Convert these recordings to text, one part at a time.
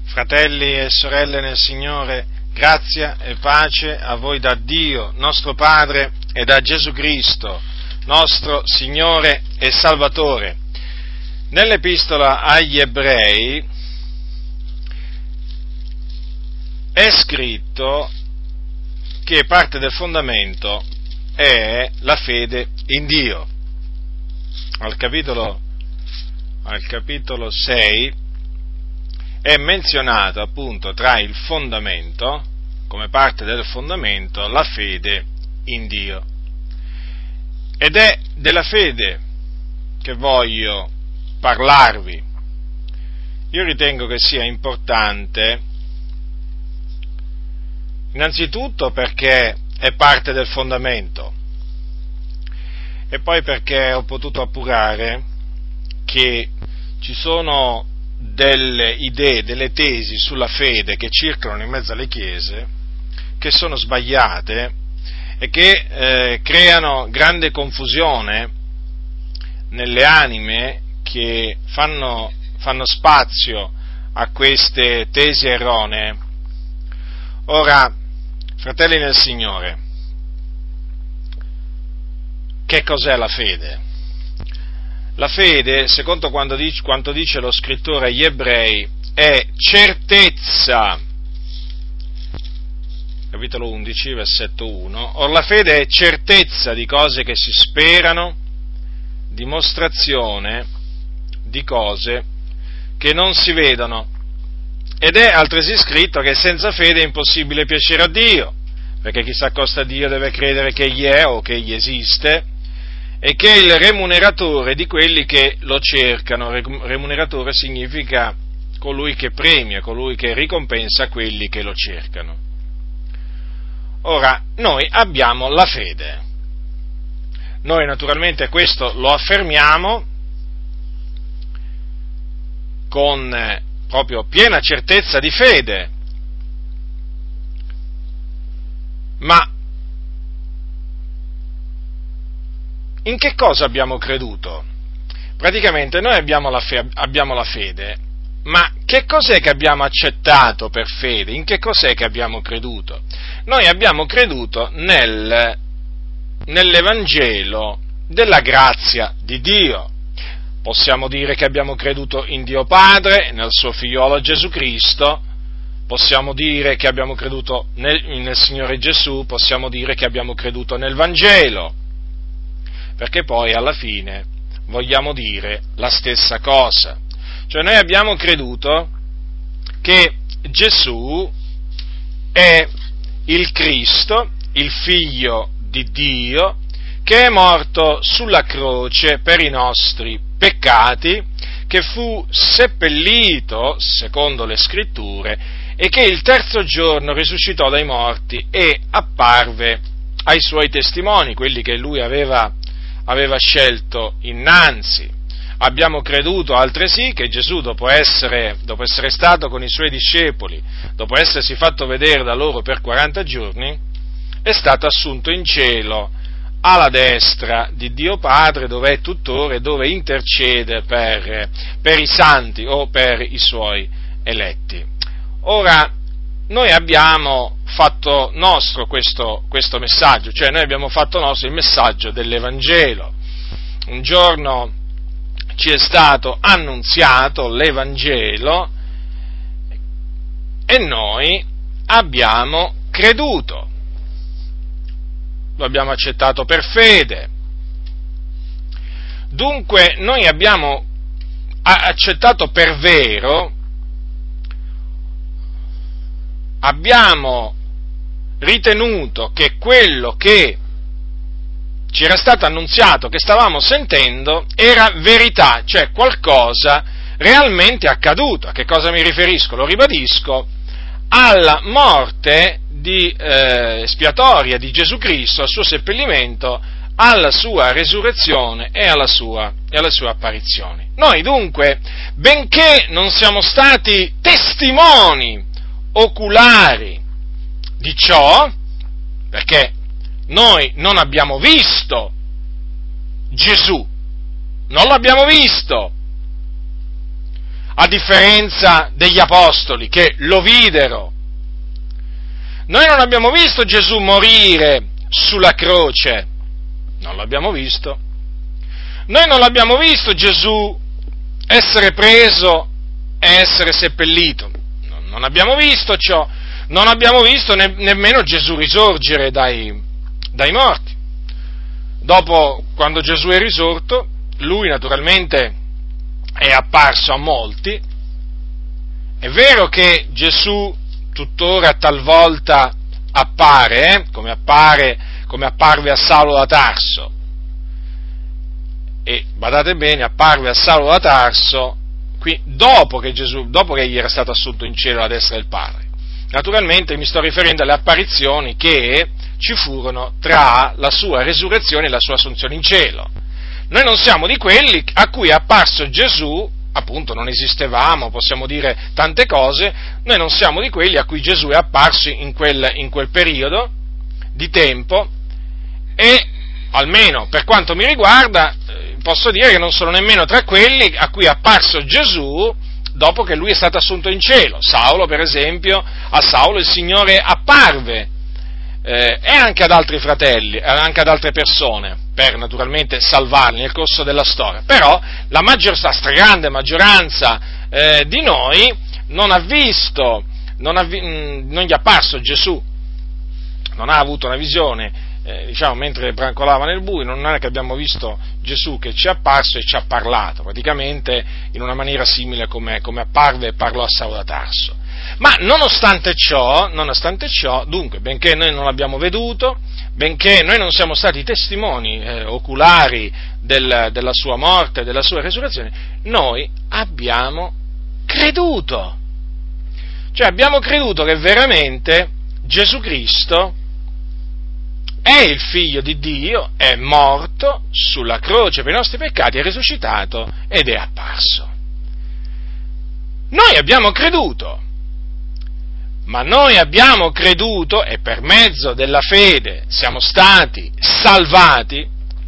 Fratelli e sorelle nel Signore, grazia e pace a voi da Dio, nostro Padre, e da Gesù Cristo, nostro Signore e Salvatore. Nell'Epistola agli Ebrei è scritto che parte del fondamento è la fede in Dio. Al capitolo 6 è menzionato appunto tra il fondamento, come parte del fondamento, la fede in Dio. Ed è della fede che voglio parlarvi. Io ritengo che sia importante, innanzitutto perché è parte del fondamento, e poi perché ho potuto appurare che ci sono delle idee, delle tesi sulla fede che circolano in mezzo alle chiese, che sono sbagliate e che creano grande confusione nelle anime che fanno spazio a queste tesi erronee. Ora, fratelli nel Signore, che cos'è la fede? La fede, secondo quanto dice lo scrittore agli Ebrei, è certezza. Capitolo 11, versetto 1. Or la fede è certezza di cose che si sperano, dimostrazione di cose che non si vedono. Ed è altresì scritto che senza fede è impossibile piacere a Dio, perché chi si accosta a Dio deve credere che Egli è o che Egli esiste, e che è il remuneratore di quelli che lo cercano. Remuneratore significa colui che premia, colui che ricompensa quelli che lo cercano. Ora, noi abbiamo la fede. Noi naturalmente questo lo affermiamo con proprio piena certezza di fede, ma in che cosa abbiamo creduto? Praticamente noi abbiamo la fede, ma che cos'è che abbiamo accettato per fede? In che cos'è che abbiamo creduto? Noi abbiamo creduto nell'Evangelo della grazia di Dio. Possiamo dire che abbiamo creduto in Dio Padre, nel suo figliolo Gesù Cristo, possiamo dire che abbiamo creduto nel Signore Gesù, possiamo dire che abbiamo creduto nel Vangelo, perché poi alla fine vogliamo dire la stessa cosa. Cioè noi abbiamo creduto che Gesù è il Cristo, il Figlio di Dio, che è morto sulla croce per i nostri peccati, che fu seppellito, secondo le Scritture, e che il terzo giorno risuscitò dai morti e apparve ai suoi testimoni, quelli che lui aveva scelto innanzi. Abbiamo creduto altresì che Gesù, dopo essere stato con i suoi discepoli, dopo essersi fatto vedere da loro per 40 giorni, è stato assunto in cielo alla destra di Dio Padre, dove è tuttora e dove intercede per i santi o per i suoi eletti. Ora, noi abbiamo fatto nostro questo messaggio, cioè noi abbiamo fatto nostro il messaggio dell'Evangelo. Un giorno ci è stato annunziato l'Evangelo e noi abbiamo creduto, lo abbiamo accettato per fede. Dunque noi abbiamo accettato per vero, abbiamo ritenuto che quello che ci era stato annunziato, che stavamo sentendo, era verità, cioè qualcosa realmente accaduto. A che cosa mi riferisco? Lo ribadisco: alla morte espiatoria di Gesù Cristo, al suo seppellimento, alla sua resurrezione e alle sue apparizioni. Noi dunque, benché non siamo stati testimoni oculari di ciò, perché noi non abbiamo visto Gesù, non l'abbiamo visto, a differenza degli apostoli che lo videro. Noi non abbiamo visto Gesù morire sulla croce, non l'abbiamo visto. Noi non l'abbiamo visto Gesù essere preso e essere seppellito, non abbiamo visto ciò, non abbiamo visto nemmeno Gesù risorgere dai morti. Dopo, quando Gesù è risorto, lui naturalmente è apparso a molti. È vero che Gesù tuttora talvolta appare, come apparve a Saulo da Tarso. E badate bene, apparve a Saulo da Tarso qui dopo che egli era stato assunto in cielo alla destra del Padre. Naturalmente mi sto riferendo alle apparizioni che ci furono tra la sua resurrezione e la sua assunzione in cielo. Noi non siamo di quelli a cui è apparso Gesù, appunto non esistevamo, possiamo dire tante cose, noi non siamo di quelli a cui Gesù è apparso in quel periodo di tempo, e almeno per quanto mi riguarda posso dire che non sono nemmeno tra quelli a cui è apparso Gesù dopo che lui è stato assunto in cielo. Saulo, per esempio, a Saulo il Signore apparve, e anche ad altri fratelli, anche ad altre persone, per naturalmente salvarli nel corso della storia. Però la stragrande maggioranza di noi non gli è apparso Gesù, non ha avuto una visione, mentre brancolava nel buio. Non è che abbiamo visto Gesù che ci è apparso e ci ha parlato, praticamente in una maniera simile come apparve e parlò a Saulo da Tarso. Ma nonostante ciò, dunque, benché noi non l'abbiamo veduto, benché noi non siamo stati testimoni oculari della sua morte, della sua resurrezione, noi abbiamo creduto. Cioè abbiamo creduto che veramente Gesù Cristo è il Figlio di Dio, è morto sulla croce per i nostri peccati, è risuscitato ed è apparso. Noi abbiamo creduto, ma noi abbiamo creduto e per mezzo della fede siamo stati salvati,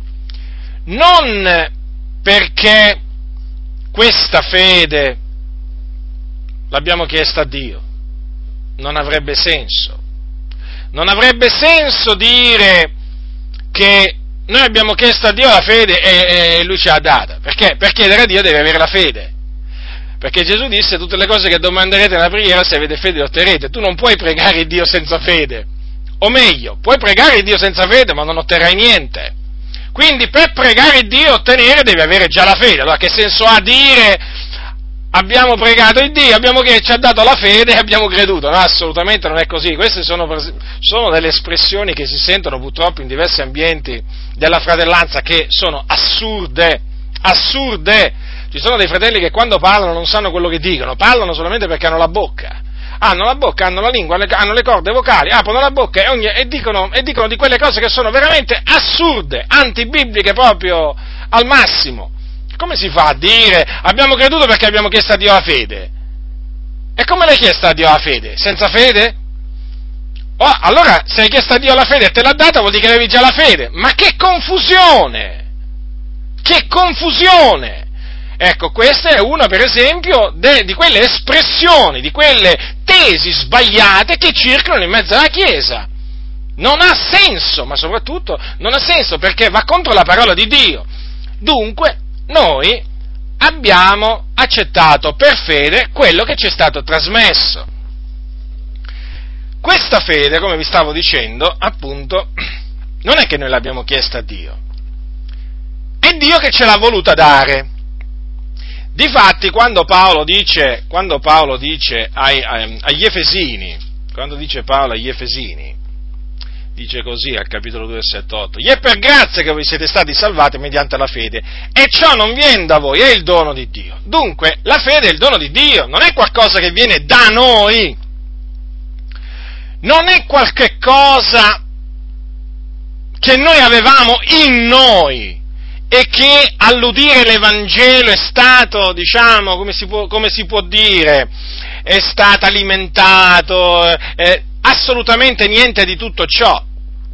non perché questa fede l'abbiamo chiesta a Dio, non avrebbe senso. Non avrebbe senso dire che noi abbiamo chiesto a Dio la fede e Lui ci ha data. Perché? Per chiedere a Dio deve avere la fede. Perché Gesù disse: tutte le cose che domanderete nella preghiera, se avete fede le otterrete. Tu non puoi pregare Dio senza fede. O meglio, puoi pregare Dio senza fede, ma non otterrai niente. Quindi per pregare Dio e ottenere devi avere già la fede. Allora che senso ha dire: abbiamo pregato il Dio, ci ha dato la fede e abbiamo creduto? No, assolutamente non è così. Queste sono delle espressioni che si sentono purtroppo in diversi ambienti della fratellanza, che sono assurde. Ci sono dei fratelli che quando parlano non sanno quello che dicono, parlano solamente perché hanno la bocca, hanno la lingua, hanno le corde vocali, aprono la bocca e dicono di quelle cose che sono veramente assurde, antibibliche proprio al massimo. Come si fa a dire: abbiamo creduto perché abbiamo chiesto a Dio la fede? E come l'hai chiesta a Dio la fede? Senza fede? Oh, allora, se hai chiesto a Dio la fede e te l'ha data, vuol dire che avevi già la fede. Ma che confusione! Che confusione! Ecco, questa è una, per esempio, di quelle espressioni, di quelle tesi sbagliate che circolano in mezzo alla Chiesa. Non ha senso, ma soprattutto non ha senso perché va contro la parola di Dio. Dunque, noi abbiamo accettato per fede quello che ci è stato trasmesso. Questa fede, come vi stavo dicendo, appunto, non è che noi l'abbiamo chiesta a Dio, è Dio che ce l'ha voluta dare. Difatti, quando Paolo dice agli Efesini, dice così al capitolo 2, versetto 8: gli è per grazia che voi siete stati salvati mediante la fede, e ciò non viene da voi, è il dono di Dio. Dunque, la fede è il dono di Dio, non è qualcosa che viene da noi, non è qualche cosa che noi avevamo in noi e che all'udire l'Evangelo è stato, diciamo, come si può dire, è stato alimentato, assolutamente niente di tutto ciò.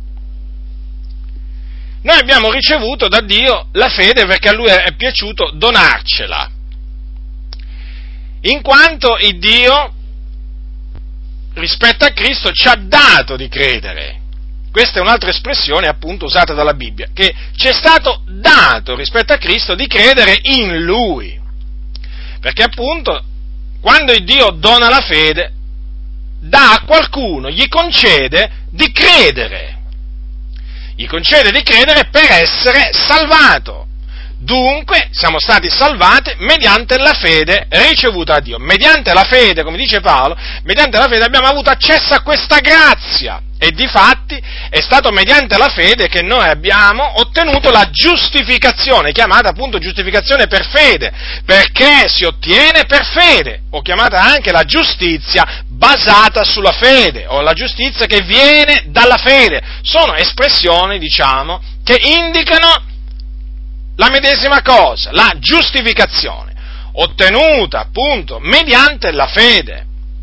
Noi abbiamo ricevuto da Dio la fede perché a Lui è piaciuto donarcela. in quanto il Dio, rispetto a Cristo, ci ha dato di credere. Questa è un'altra espressione appunto usata dalla Bibbia, che ci è stato dato rispetto a Cristo di credere in Lui. Perché appunto quando il Dio dona la fede, dà a qualcuno, gli concede di credere. Gli concede di credere per essere salvato. Dunque siamo stati salvati mediante la fede ricevuta da Dio. Mediante la fede, come dice Paolo, mediante la fede abbiamo avuto accesso a questa grazia. E difatti è stato mediante la fede che noi abbiamo ottenuto la giustificazione, chiamata appunto giustificazione per fede, perché si ottiene per fede, o chiamata anche la giustizia basata sulla fede, o la giustizia che viene dalla fede. Sono espressioni, diciamo, che indicano la medesima cosa, la giustificazione, ottenuta appunto mediante la fede.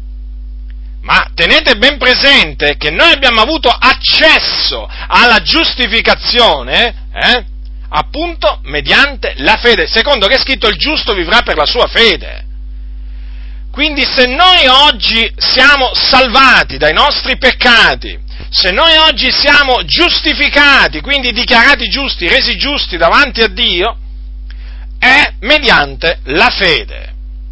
Ma tenete ben presente che noi abbiamo avuto accesso alla giustificazione, appunto mediante la fede, secondo che è scritto il giusto vivrà per la sua fede. Quindi se noi oggi siamo salvati dai nostri peccati, se noi oggi siamo giustificati, quindi dichiarati giusti, resi giusti davanti a Dio, è mediante la fede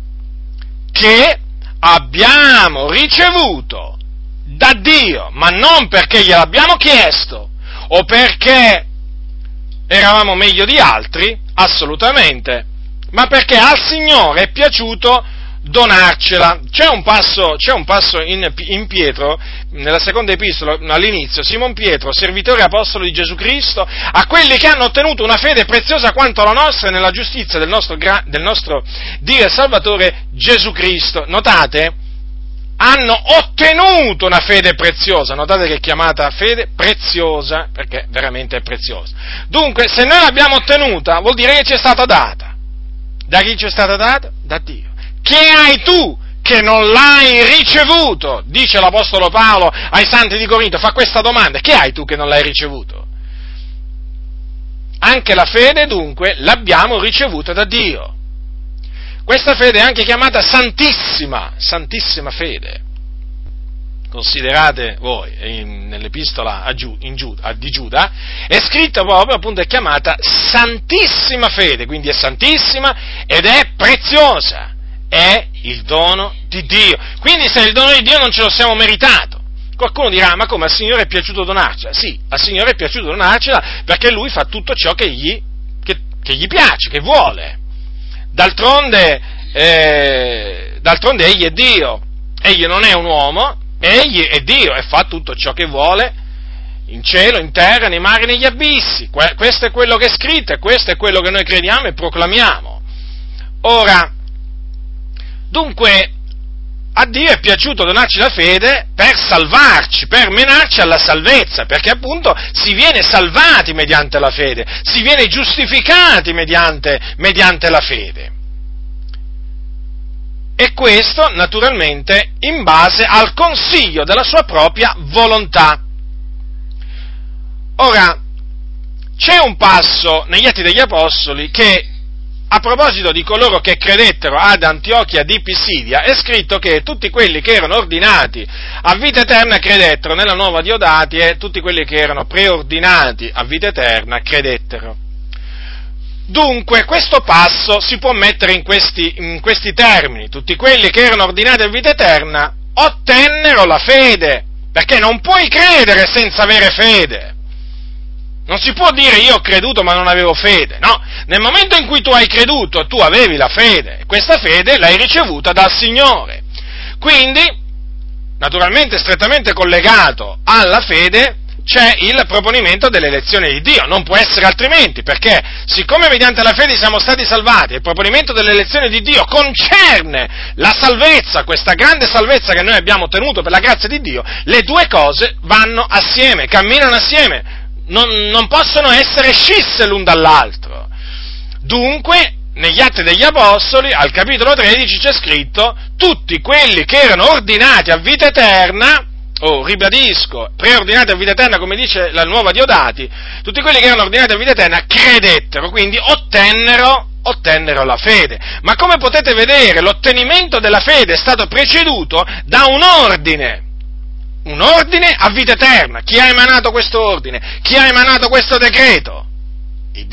che abbiamo ricevuto da Dio, ma non perché gliel'abbiamo chiesto o perché eravamo meglio di altri, assolutamente, ma perché al Signore è piaciuto donarcela. C'è un passo in Pietro, nella seconda epistola, all'inizio: Simon Pietro, servitore e apostolo di Gesù Cristo, a quelli che hanno ottenuto una fede preziosa quanto la nostra nella giustizia del nostro Dio e Salvatore Gesù Cristo. Notate? Hanno ottenuto una fede preziosa, notate che è chiamata fede preziosa, perché veramente è preziosa. Dunque, se noi l'abbiamo ottenuta, vuol dire che ci è stata data. Da chi ci è stata data? Da Dio. Che hai tu che non l'hai ricevuto? Dice l'Apostolo Paolo ai santi di Corinto, fa questa domanda: che hai tu che non l'hai ricevuto? Anche la fede, dunque, l'abbiamo ricevuta da Dio. Questa fede è anche chiamata santissima fede. Considerate voi, nell'epistola di Giuda, è scritta proprio, appunto, è chiamata santissima fede, quindi è santissima ed è preziosa. È il dono di Dio. Quindi se è il dono di Dio non ce lo siamo meritato. Qualcuno dirà: ma come, al Signore è piaciuto donarcela? Sì, al Signore è piaciuto donarcela perché Lui fa tutto ciò che gli piace, che vuole. D'altronde Egli è Dio. Egli non è un uomo, Egli è Dio e fa tutto ciò che vuole in cielo, in terra, nei mari, negli abissi. Questo è quello che è scritto e questo è quello che noi crediamo e proclamiamo. Ora, dunque, a Dio è piaciuto donarci la fede per salvarci, per menarci alla salvezza, perché appunto si viene salvati mediante la fede, si viene giustificati mediante la fede. E questo, naturalmente, in base al consiglio della sua propria volontà. Ora, c'è un passo negli Atti degli Apostoli che, a proposito di coloro che credettero ad Antiochia di Pisidia, è scritto che tutti quelli che erano ordinati a vita eterna credettero nella nuova Diodati e tutti quelli che erano preordinati a vita eterna credettero. Dunque, questo passo si può mettere in questi termini: tutti quelli che erano ordinati a vita eterna ottennero la fede, perché non puoi credere senza avere fede. Non si può dire: io ho creduto ma non avevo fede. No, nel momento in cui tu hai creduto, tu avevi la fede, e questa fede l'hai ricevuta dal Signore. Quindi, naturalmente strettamente collegato alla fede, c'è il proponimento dell'elezione di Dio. Non può essere altrimenti, perché siccome mediante la fede siamo stati salvati, il proponimento dell'elezione di Dio concerne la salvezza, questa grande salvezza che noi abbiamo ottenuto per la grazia di Dio, le due cose vanno assieme, camminano assieme. Non possono essere scisse l'un dall'altro. Dunque, negli Atti degli Apostoli, al capitolo 13, c'è scritto: tutti quelli che erano ordinati a vita eterna, ribadisco, preordinati a vita eterna, come dice la nuova Diodati, tutti quelli che erano ordinati a vita eterna credettero, quindi ottennero ottennero la fede. Ma come potete vedere, l'ottenimento della fede è stato preceduto da un ordine a vita eterna. Chi ha emanato questo ordine? Chi ha emanato questo decreto? Il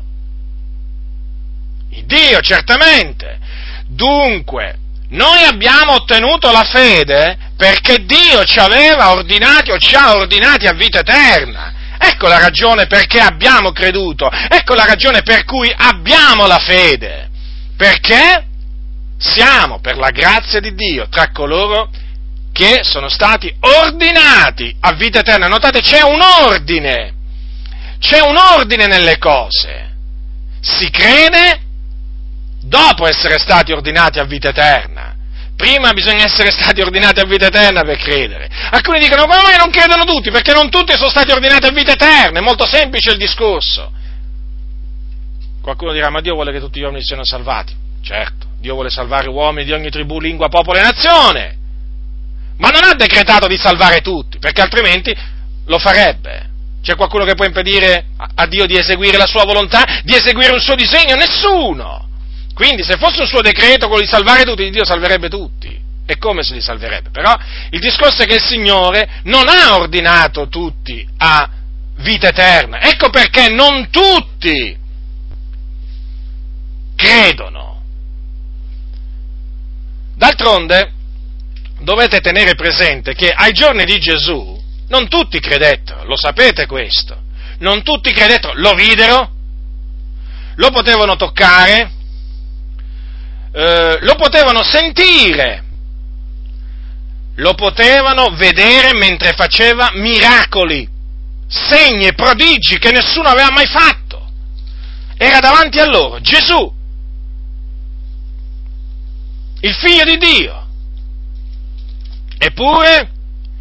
Dio, certamente. Dunque, noi abbiamo ottenuto la fede perché Dio ci aveva ordinati o ci ha ordinati a vita eterna. Ecco la ragione perché abbiamo creduto, ecco la ragione per cui abbiamo la fede, perché siamo, per la grazia di Dio, tra coloro che sono stati ordinati a vita eterna. Notate, c'è un ordine nelle cose. Si crede dopo essere stati ordinati a vita eterna. Prima bisogna essere stati ordinati a vita eterna per credere. Alcuni dicono, come mai non credono tutti? Perché non tutti sono stati ordinati a vita eterna, è molto semplice il discorso. Qualcuno dirà, ma Dio vuole che tutti gli uomini siano salvati. Certo, Dio vuole salvare uomini di ogni tribù, lingua, popolo e nazione, ma non ha decretato di salvare tutti, perché altrimenti lo farebbe. C'è qualcuno che può impedire a Dio di eseguire la sua volontà, di eseguire un suo disegno? Nessuno! Quindi se fosse un suo decreto quello di salvare tutti, Dio salverebbe tutti. E come se li salverebbe? Però il discorso è che il Signore non ha ordinato tutti a vita eterna. Ecco perché non tutti credono. D'altronde dovete tenere presente che ai giorni di Gesù non tutti credettero, lo sapete questo. Non tutti credettero, lo videro, lo potevano toccare, lo potevano sentire, lo potevano vedere mentre faceva miracoli, segni e prodigi che nessuno aveva mai fatto. Era davanti a loro Gesù, il Figlio di Dio. Eppure,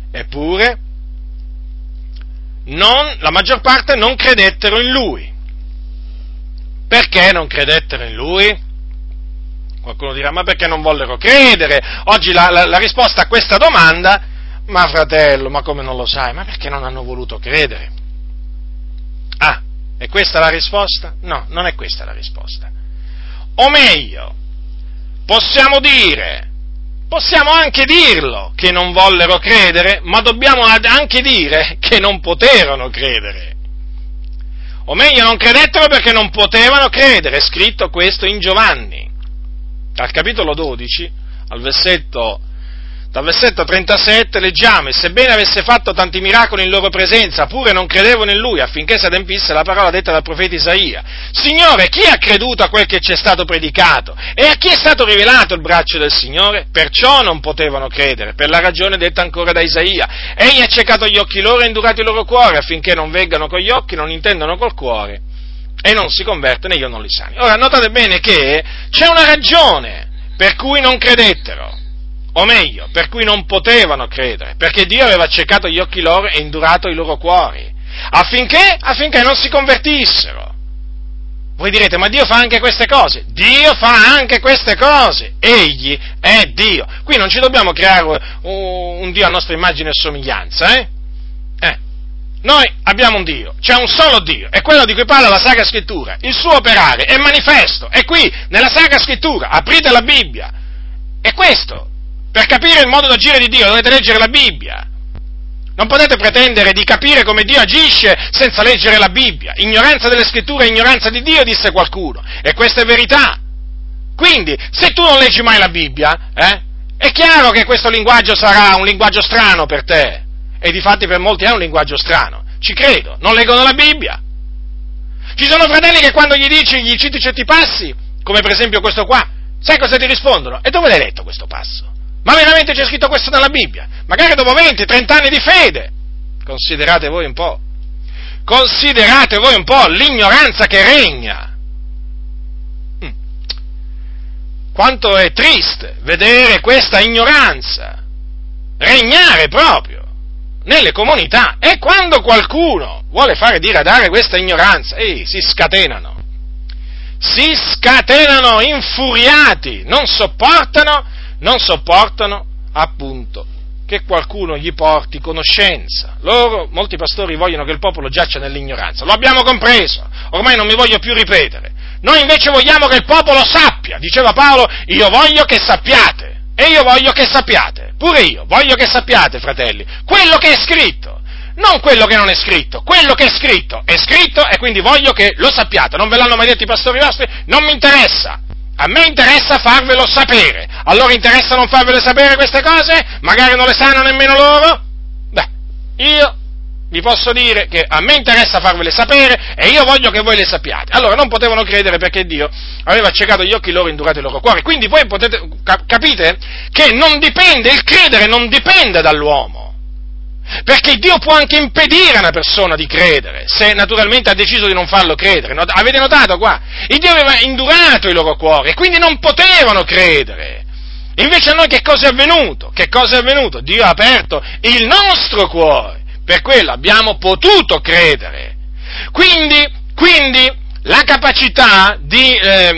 la maggior parte non credettero in Lui. Perché non credettero in Lui? Qualcuno dirà, ma perché non vollero credere? Oggi la risposta a questa domanda, ma fratello, ma come non lo sai? Ma perché non hanno voluto credere? Ah, è questa la risposta? No, non è questa la risposta. O meglio, possiamo anche dirlo che non vollero credere, ma dobbiamo anche dire che non poterono credere. O meglio, non credettero perché non potevano credere. È scritto questo in Giovanni, al capitolo 12, dal versetto 37, leggiamo: e sebbene avesse fatto tanti miracoli in loro presenza, pure non credevano in Lui, affinché si adempisse la parola detta dal profeta Isaia. Signore, chi ha creduto a quel che ci è stato predicato? E a chi è stato rivelato il braccio del Signore? Perciò non potevano credere, per la ragione detta ancora da Isaia: egli ha accecato gli occhi loro e indurato il loro cuore, affinché non veggano con gli occhi, non intendano col cuore, e non si convertono e io non li sani. Ora, notate bene che c'è una ragione per cui non credettero, o meglio, per cui non potevano credere, perché Dio aveva accecato gli occhi loro e indurato i loro cuori, affinché non si convertissero. Voi direte, ma Dio fa anche queste cose? Dio fa anche queste cose, Egli è Dio. Qui non ci dobbiamo creare un Dio a nostra immagine e somiglianza, Noi abbiamo un Dio, c'è un solo Dio, è quello di cui parla la Sacra Scrittura. Il suo operare è manifesto, è qui, nella Sacra Scrittura. Aprite la Bibbia. E questo, per capire il modo d'agire di Dio, dovete leggere la Bibbia. Non potete pretendere di capire come Dio agisce senza leggere la Bibbia. Ignoranza delle Scritture è ignoranza di Dio, disse qualcuno, e questa è verità. Quindi, se tu non leggi mai la Bibbia, è chiaro che questo linguaggio sarà un linguaggio strano per te. E difatti per molti è un linguaggio strano, ci credo, non leggono la Bibbia. Ci sono fratelli che quando gli citi certi passi, come per esempio questo qua, sai cosa ti rispondono? E dove l'hai letto questo passo? Ma veramente c'è scritto questo nella Bibbia? Magari dopo 20-30 anni di fede. Considerate voi un po' l'ignoranza che regna. Quanto è triste vedere questa ignoranza regnare proprio nelle comunità, e quando qualcuno vuole fare diradare questa ignoranza, si scatenano infuriati, non sopportano appunto che qualcuno gli porti conoscenza. Molti pastori vogliono che il popolo giaccia nell'ignoranza. Lo abbiamo compreso, ormai non mi voglio più ripetere. Noi invece vogliamo che il popolo sappia. Diceva Paolo, io voglio che sappiate. E io voglio che sappiate. Pure io voglio che sappiate, fratelli, quello che è scritto. Non quello che non è scritto, quello che è scritto e quindi voglio che lo sappiate. Non ve l'hanno mai detto i pastori vostri? Non mi interessa. A me interessa farvelo sapere. Allora interessa non farvele sapere queste cose? Magari non le sanno nemmeno loro? Beh, io vi posso dire che a me interessa farvele sapere e io voglio che voi le sappiate. Allora non potevano credere perché Dio aveva accecato gli occhi loro e indurato il loro cuore. Quindi voi capite che il credere non dipende dall'uomo. Perché Dio può anche impedire a una persona di credere, se naturalmente ha deciso di non farlo credere. Avete notato qua? Il Dio aveva indurato i loro cuori e quindi non potevano credere. Invece a noi che cosa è avvenuto? Che cosa è avvenuto? Dio ha aperto il nostro cuore, per quello abbiamo potuto credere. Quindi la capacità di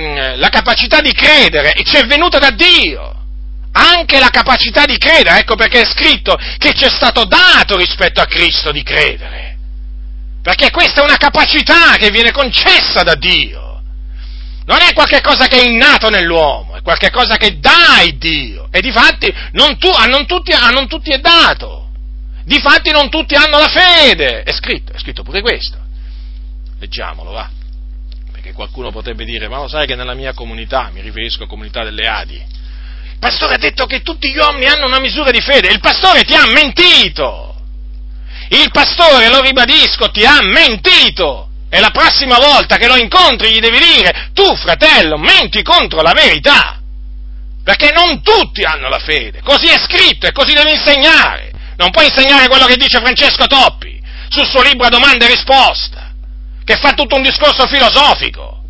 credere ci è venuta da Dio. Anche la capacità di credere, ecco perché è scritto che ci è stato dato rispetto a Cristo di credere, perché questa è una capacità che viene concessa da Dio, non è qualche cosa che è innato nell'uomo, è qualche cosa che dà Dio, e difatti a non tutti è dato, difatti non tutti hanno la fede, è scritto pure questo, leggiamolo va, perché qualcuno potrebbe dire, ma lo sai che nella mia comunità, mi riferisco a comunità delle Adi, il pastore ha detto che tutti gli uomini hanno una misura di fede. Il pastore ti ha mentito. Il pastore, lo ribadisco, ti ha mentito. E la prossima volta che lo incontri gli devi dire, tu fratello, menti contro la verità. Perché non tutti hanno la fede. Così è scritto e così devi insegnare. Non puoi insegnare quello che dice Francesco Toppi sul suo libro Domanda e Risposta, che fa tutto un discorso filosofico,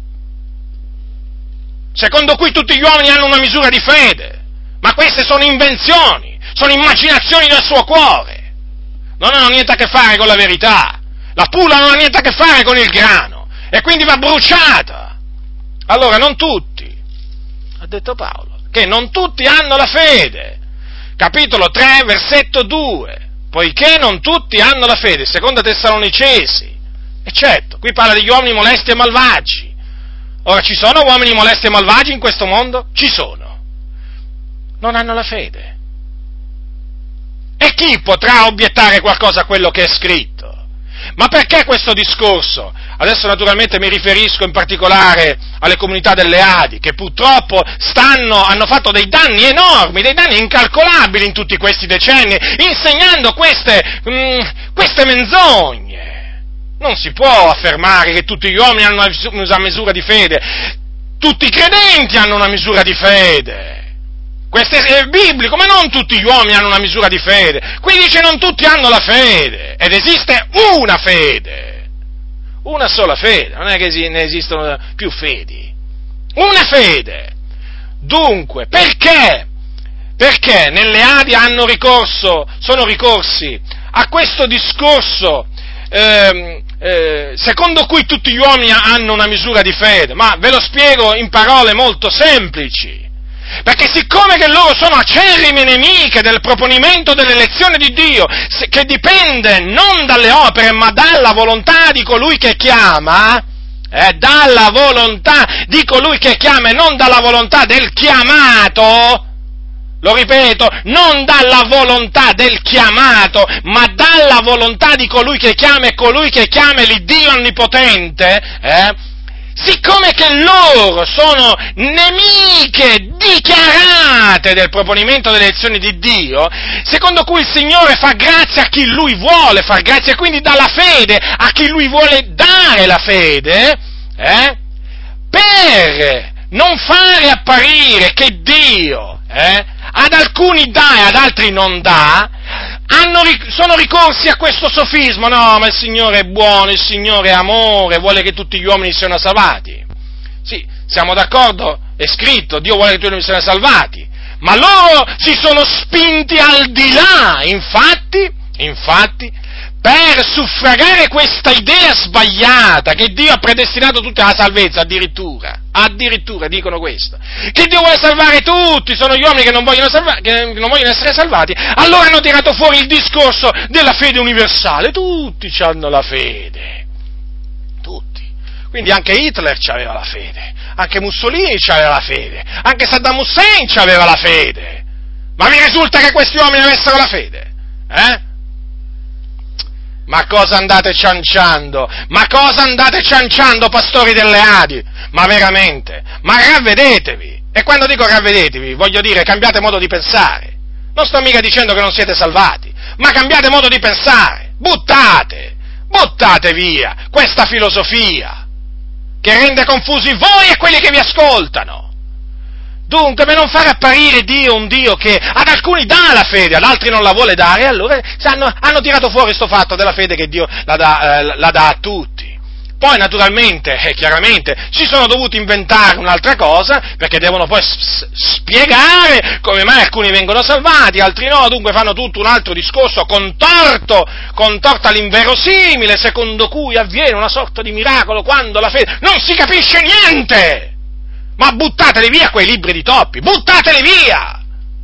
secondo cui tutti gli uomini hanno una misura di fede. Ma queste sono invenzioni, sono immaginazioni del suo cuore, non hanno niente a che fare con la verità. La pula non ha niente a che fare con il grano, e quindi va bruciata. Allora non tutti, ha detto Paolo, che non tutti hanno la fede. Capitolo 3, versetto 2, poiché non tutti hanno la fede, seconda Tessalonicesi. E certo, qui parla degli uomini molesti e malvagi. Ora, ci sono uomini molesti e malvagi in questo mondo? Ci sono. Non hanno la fede. E chi potrà obiettare qualcosa a quello che è scritto? Ma perché questo discorso? Adesso naturalmente mi riferisco in particolare alle comunità delle Adi, che purtroppo hanno fatto dei danni enormi, dei danni incalcolabili in tutti questi decenni, insegnando queste menzogne. Non si può affermare che tutti gli uomini hanno una misura di fede. Tutti i credenti hanno una misura di fede. Questo è biblico, ma non tutti gli uomini hanno una misura di fede. Qui dice non tutti hanno la fede, ed esiste una fede, una sola fede, non è che ne esistono più fedi, una fede. Dunque, perché? Perché nelle Adi sono ricorsi a questo discorso secondo cui tutti gli uomini hanno una misura di fede, ma ve lo spiego in parole molto semplici. Perché siccome che loro sono acerrime nemiche del proponimento dell'elezione di Dio, che dipende non dalle opere ma dalla volontà di colui che chiama, dalla volontà di colui che chiama e non dalla volontà del chiamato, lo ripeto, non dalla volontà del chiamato, ma dalla volontà di colui che chiama, e colui che chiama è l'Iddio Onnipotente, siccome che loro sono nemiche dichiarate del proponimento delle elezioni di Dio, secondo cui il Signore fa grazia a chi Lui vuole far grazia, e quindi dà la fede a chi Lui vuole dare la fede, per non fare apparire che Dio ad alcuni dà e ad altri non dà, sono ricorsi a questo sofisma. No, ma il Signore è buono, il Signore è amore, vuole che tutti gli uomini siano salvati. Sì, siamo d'accordo, è scritto, Dio vuole che tutti gli uomini siano salvati, ma loro si sono spinti al di là, infatti, per suffragare questa idea sbagliata che Dio ha predestinato tutti alla salvezza, addirittura dicono questo, che Dio vuole salvare tutti, sono gli uomini che non vogliono essere salvati, allora hanno tirato fuori il discorso della fede universale, tutti hanno la fede, tutti, quindi anche Hitler c'aveva la fede, anche Mussolini c'aveva la fede, anche Saddam Hussein c'aveva la fede, ma vi risulta che questi uomini avessero la fede? Ma cosa andate cianciando? Pastori delle Adi? Ma veramente? Ma ravvedetevi! E quando dico ravvedetevi, voglio dire cambiate modo di pensare. Non sto mica dicendo che non siete salvati, ma cambiate modo di pensare. Buttate via questa filosofia che rende confusi voi e quelli che vi ascoltano. Dunque, per non fare apparire Dio un Dio che ad alcuni dà la fede, ad altri non la vuole dare, allora hanno tirato fuori questo fatto della fede che Dio la dà a tutti. Poi, naturalmente, chiaramente, si sono dovuti inventare un'altra cosa, perché devono poi spiegare come mai alcuni vengono salvati, altri no, dunque fanno tutto un altro discorso contorto all'inverosimile, secondo cui avviene una sorta di miracolo quando la fede non si capisce niente! Ma buttateli via quei libri di Toppi, buttateli via!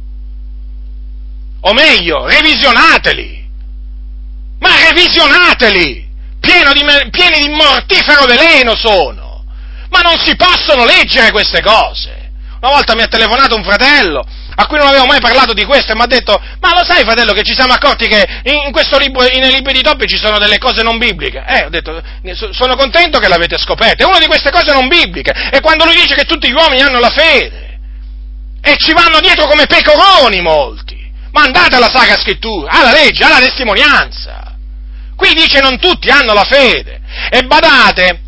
O meglio, revisionateli! Ma revisionateli! Pieni di mortifero veleno sono! Ma non si possono leggere queste cose! Una volta mi ha telefonato un fratello, a cui non avevo mai parlato di questo, e mi ha detto, ma lo sai fratello che ci siamo accorti che in questo libro, nei libri di Toppi ci sono delle cose non bibliche? Ho detto, sono contento che l'avete scoperto, è una di queste cose non bibliche, e quando lui dice che tutti gli uomini hanno la fede, e ci vanno dietro come pecoroni molti, ma andate alla Sacra Scrittura, alla legge, alla testimonianza, qui dice non tutti hanno la fede, e badate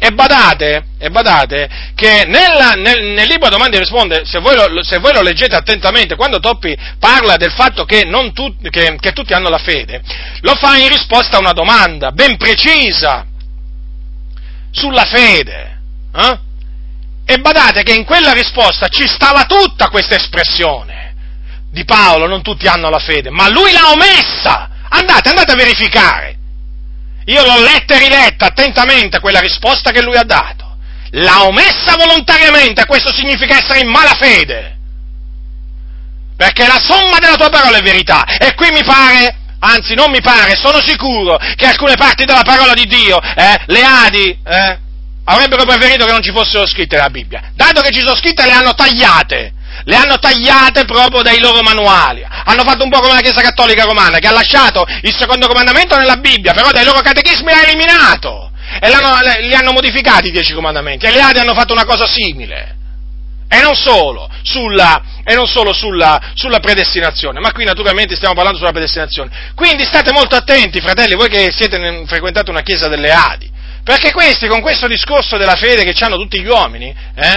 che nel libro Domande e Risposte, se voi lo leggete attentamente, quando Toppi parla del fatto che tutti hanno la fede, lo fa in risposta a una domanda ben precisa sulla fede, E badate che in quella risposta ci stava tutta questa espressione di Paolo, non tutti hanno la fede, ma lui l'ha omessa, andate a verificare. Io l'ho letta e riletta attentamente quella risposta che lui ha dato. L'ha omessa volontariamente, questo significa essere in malafede. Perché la somma della tua parola è verità. E qui mi pare, anzi non mi pare, sono sicuro che alcune parti della parola di Dio, le Adi, avrebbero preferito che non ci fossero scritte nella Bibbia. Dato che ci sono scritte, le hanno tagliate proprio dai loro manuali. Hanno fatto un po' come la Chiesa Cattolica Romana, che ha lasciato il secondo comandamento nella Bibbia, però dai loro catechismi l'ha eliminato, e li hanno modificati i 10 comandamenti, e gli altri hanno fatto una cosa simile, e non solo sulla predestinazione, ma qui naturalmente stiamo parlando sulla predestinazione. Quindi state molto attenti, fratelli, voi che frequentate una Chiesa delle Adi, perché questi, con questo discorso della fede che hanno tutti gli uomini,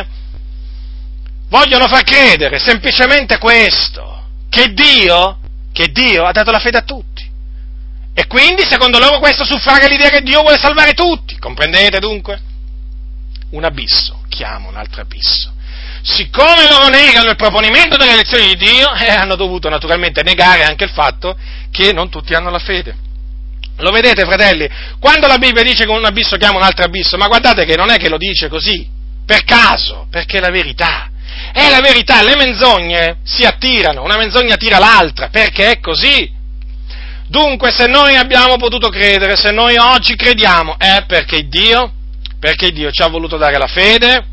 vogliono far credere semplicemente questo, che Dio ha dato la fede a tutti. E quindi, secondo loro, questo suffraga l'idea che Dio vuole salvare tutti. Comprendete dunque? Un abisso, chiama un altro abisso. Siccome loro negano il proponimento delle elezioni di Dio, hanno dovuto naturalmente negare anche il fatto che non tutti hanno la fede. Lo vedete, fratelli? Quando la Bibbia dice che un abisso chiama un altro abisso, ma guardate che non è che lo dice così, per caso, perché è la verità. È la verità, le menzogne si attirano, una menzogna tira l'altra, perché è così. Dunque, se noi abbiamo potuto credere, se noi oggi crediamo, è perché Dio ci ha voluto dare la fede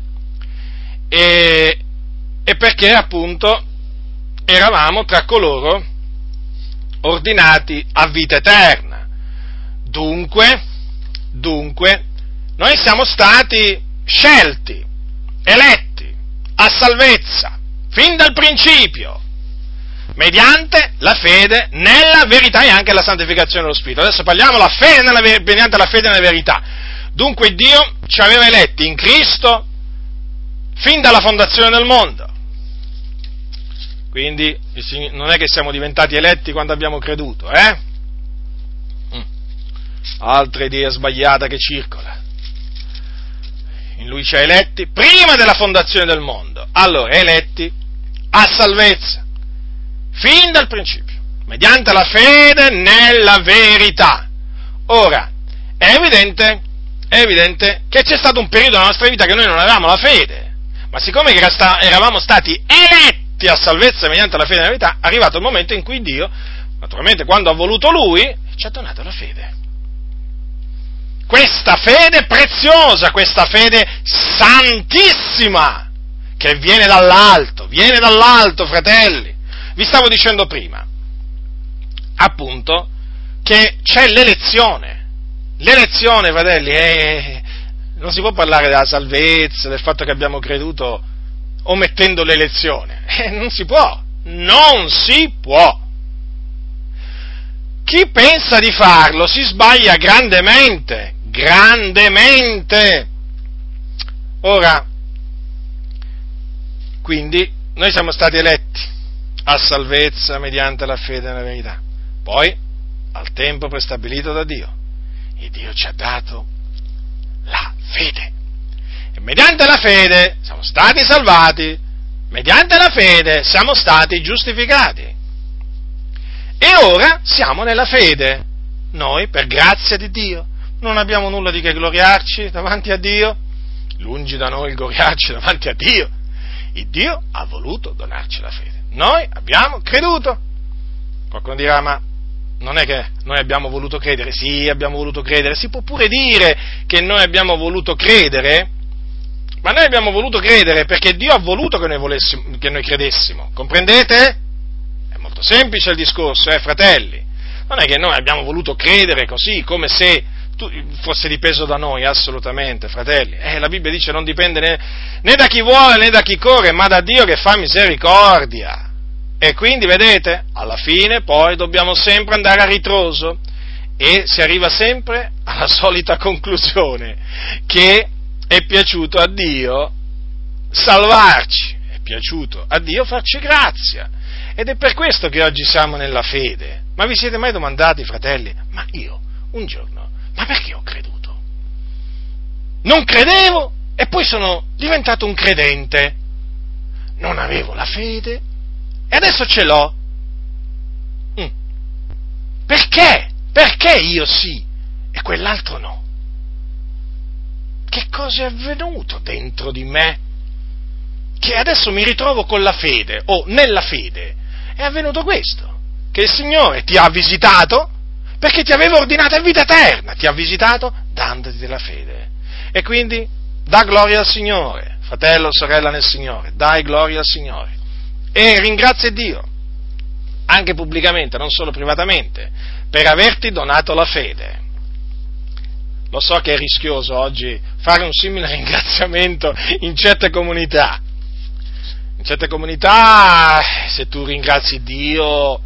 e perché appunto eravamo tra coloro ordinati a vita eterna. Dunque, noi siamo stati scelti, eletti a salvezza, fin dal principio, mediante la fede nella verità e anche la santificazione dello Spirito. Adesso parliamo della fede mediante la fede nella verità. Dunque Dio ci aveva eletti in Cristo fin dalla fondazione del mondo. Quindi non è che siamo diventati eletti quando abbiamo creduto, Altra idea sbagliata che circola. In Lui ci ha eletti prima della fondazione del mondo. Allora, eletti a salvezza, fin dal principio, mediante la fede nella verità. Ora, è evidente che c'è stato un periodo della nostra vita che noi non avevamo la fede, ma siccome eravamo stati eletti a salvezza mediante la fede nella verità, è arrivato il momento in cui Dio, naturalmente quando ha voluto Lui, ci ha donato la fede. Questa fede preziosa, questa fede santissima, che viene dall'alto, fratelli. Vi stavo dicendo prima, appunto, che c'è l'elezione. L'elezione, fratelli, non si può parlare della salvezza, del fatto che abbiamo creduto omettendo l'elezione. Non si può. Chi pensa di farlo si sbaglia grandemente. Ora, quindi, noi siamo stati eletti a salvezza mediante la fede nella verità. Poi, al tempo prestabilito da Dio, e Dio ci ha dato la fede. E mediante la fede siamo stati salvati, mediante la fede siamo stati giustificati. E ora siamo nella fede, noi per grazia di Dio. Non abbiamo nulla di che gloriarci davanti a Dio, lungi da noi il gloriarci davanti a Dio. Il Dio ha voluto donarci la fede. Noi abbiamo creduto. Qualcuno dirà, ma non è che noi abbiamo voluto credere? Sì, abbiamo voluto credere. Si può pure dire che noi abbiamo voluto credere, ma noi abbiamo voluto credere perché Dio ha voluto che noi credessimo. Comprendete? È molto semplice il discorso, fratelli. Non è che noi abbiamo voluto credere così, come se fosse dipeso da noi, assolutamente, fratelli. La Bibbia dice non dipende né da chi vuole né da chi corre, ma da Dio che fa misericordia. E quindi, vedete, alla fine poi dobbiamo sempre andare a ritroso e si arriva sempre alla solita conclusione, che è piaciuto a Dio salvarci, è piaciuto a Dio farci grazia. Ed è per questo che oggi siamo nella fede. Ma vi siete mai domandati, fratelli, ma io un giorno, ma perché ho creduto? Non credevo e poi sono diventato un credente. Non avevo la fede e adesso ce l'ho. Perché? Perché io sì e quell'altro no? Che cosa è avvenuto dentro di me? Che adesso mi ritrovo con la fede, o nella fede. È avvenuto questo, che il Signore ti ha visitato, perché ti aveva ordinata vita eterna, ti ha visitato dandoti della fede. E quindi dà gloria al Signore, fratello o sorella nel Signore, dai gloria al Signore. E ringrazia Dio, anche pubblicamente, non solo privatamente, per averti donato la fede. Lo so che è rischioso oggi fare un simile ringraziamento in certe comunità. In certe comunità, se tu ringrazi Dio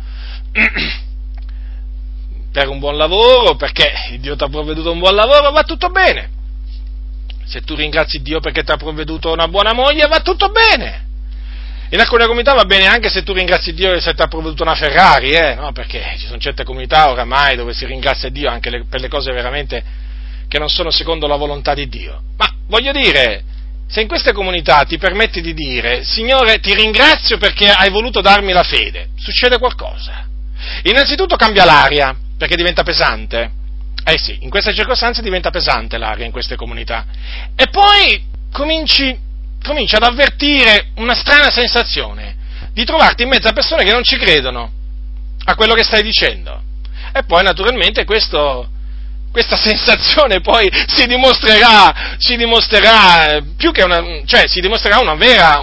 per un buon lavoro, perché Dio ti ha provveduto un buon lavoro, va tutto bene. Se tu ringrazi Dio perché ti ha provveduto una buona moglie, va tutto bene. In alcune comunità va bene anche se tu ringrazi Dio se ti ha provveduto una Ferrari, no? Perché ci sono certe comunità oramai dove si ringrazia Dio anche per le cose veramente che non sono secondo la volontà di Dio. Ma voglio dire, se in queste comunità ti permetti di dire, Signore, ti ringrazio perché hai voluto darmi la fede, succede qualcosa. Innanzitutto cambia l'aria, perché diventa pesante. Sì, in queste circostanze diventa pesante l'aria in queste comunità. E poi cominci ad avvertire una strana sensazione di trovarti in mezzo a persone che non ci credono a quello che stai dicendo. E poi naturalmente questa sensazione poi si dimostrerà più che si dimostrerà una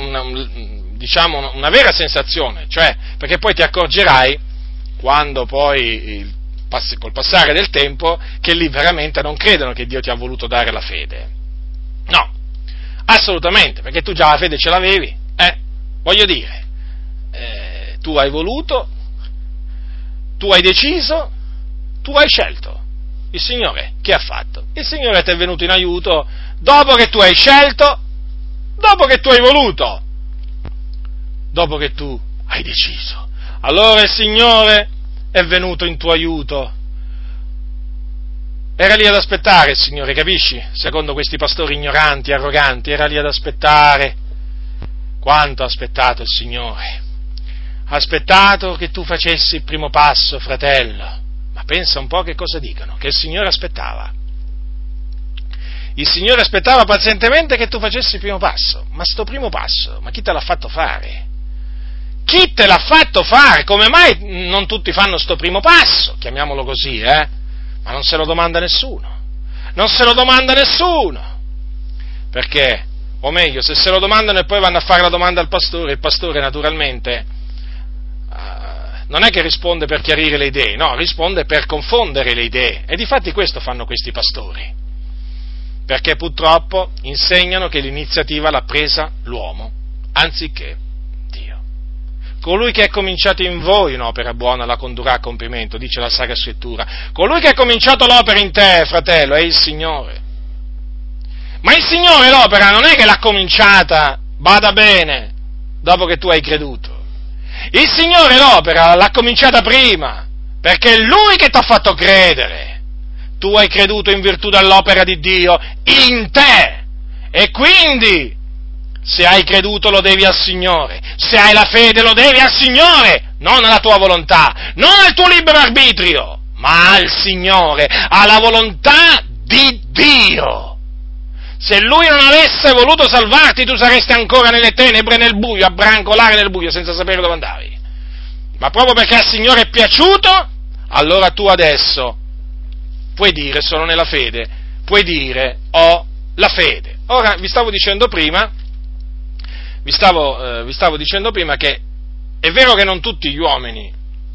vera sensazione, cioè, perché poi ti accorgerai, quando poi col passare del tempo, che lì veramente non credono che Dio ti ha voluto dare la fede. No, assolutamente, perché tu già la fede ce l'avevi, voglio dire, tu hai voluto, tu hai deciso, tu hai scelto. Il Signore che ha fatto? Il Signore ti è venuto in aiuto dopo che tu hai scelto, dopo che tu hai voluto, dopo che tu hai deciso. Allora il Signore è venuto in tuo aiuto. Era lì ad aspettare il Signore, capisci? Secondo questi pastori ignoranti, arroganti, era lì ad aspettare. Quanto ha aspettato il Signore? Ha aspettato che tu facessi il primo passo, fratello. Ma pensa un po' che cosa dicono, che il Signore aspettava. Il Signore aspettava pazientemente che tu facessi il primo passo, ma sto primo passo, ma chi te l'ha fatto fare? Chi te l'ha fatto fare? Come mai non tutti fanno sto primo passo? Chiamiamolo così, Ma non se lo domanda nessuno. Non se lo domanda nessuno. Perché, o meglio, se se lo domandano e poi vanno a fare la domanda al pastore, il pastore naturalmente non è che risponde per chiarire le idee, no, risponde per confondere le idee. E difatti questo fanno questi pastori. Perché purtroppo insegnano che l'iniziativa l'ha presa l'uomo, anziché Dio. Colui che è cominciato in voi un'opera buona la condurrà a compimento, dice la Sacra Scrittura. Colui che ha cominciato l'opera in te, fratello, è il Signore. Ma il Signore l'opera non è che l'ha cominciata, bada bene, dopo che tu hai creduto. Il Signore l'opera l'ha cominciata prima, perché è Lui che ti ha fatto credere. Tu hai creduto in virtù dell'opera di Dio in te, e quindi se hai creduto lo devi al Signore, se hai la fede lo devi al Signore, non alla tua volontà, non al tuo libero arbitrio, ma al Signore, alla volontà di Dio. Se Lui non avesse voluto salvarti, tu saresti ancora nelle tenebre, nel buio, a brancolare nel buio, senza sapere dove andavi. Ma proprio perché al Signore è piaciuto, allora tu adesso puoi dire, sono nella fede, puoi dire, ho la fede. Ora, vi stavo dicendo prima che è vero che non tutti gli uomini,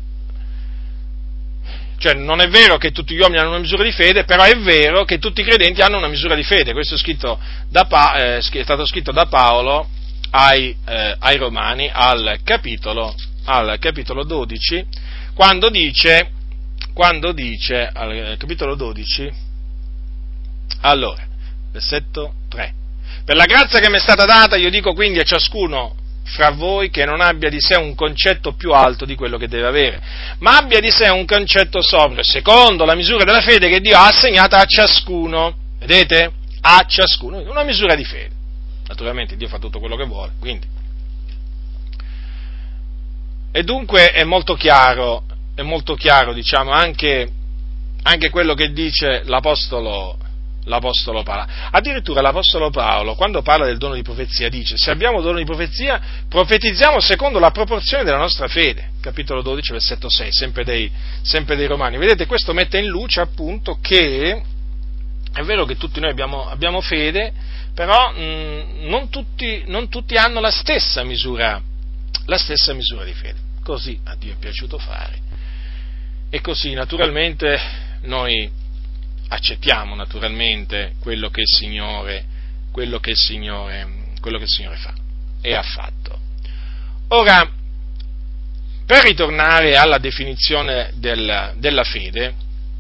cioè non è vero che tutti gli uomini hanno una misura di fede, però è vero che tutti i credenti hanno una misura di fede. Questo è stato scritto da Paolo ai Romani al capitolo 12, quando dice al capitolo 12, allora, versetto 3, per la grazia che mi è stata data, io dico quindi a ciascuno fra voi che non abbia di sé un concetto più alto di quello che deve avere, ma abbia di sé un concetto sobrio, secondo la misura della fede che Dio ha assegnata a ciascuno, vedete? A ciascuno, una misura di fede. Naturalmente Dio fa tutto quello che vuole, quindi. E dunque è molto chiaro, diciamo, anche quello che dice l'Apostolo Paolo. Addirittura l'Apostolo Paolo, quando parla del dono di profezia, dice: se abbiamo dono di profezia, profetizziamo secondo la proporzione della nostra fede. Capitolo 12, versetto 6, sempre dei Romani. Vedete, questo mette in luce appunto che è vero che tutti noi abbiamo fede, però non tutti hanno la stessa misura di fede. Così a Dio è piaciuto fare. E così naturalmente noi accettiamo naturalmente quello che il Signore fa e ha fatto. Ora, per ritornare alla definizione della fede,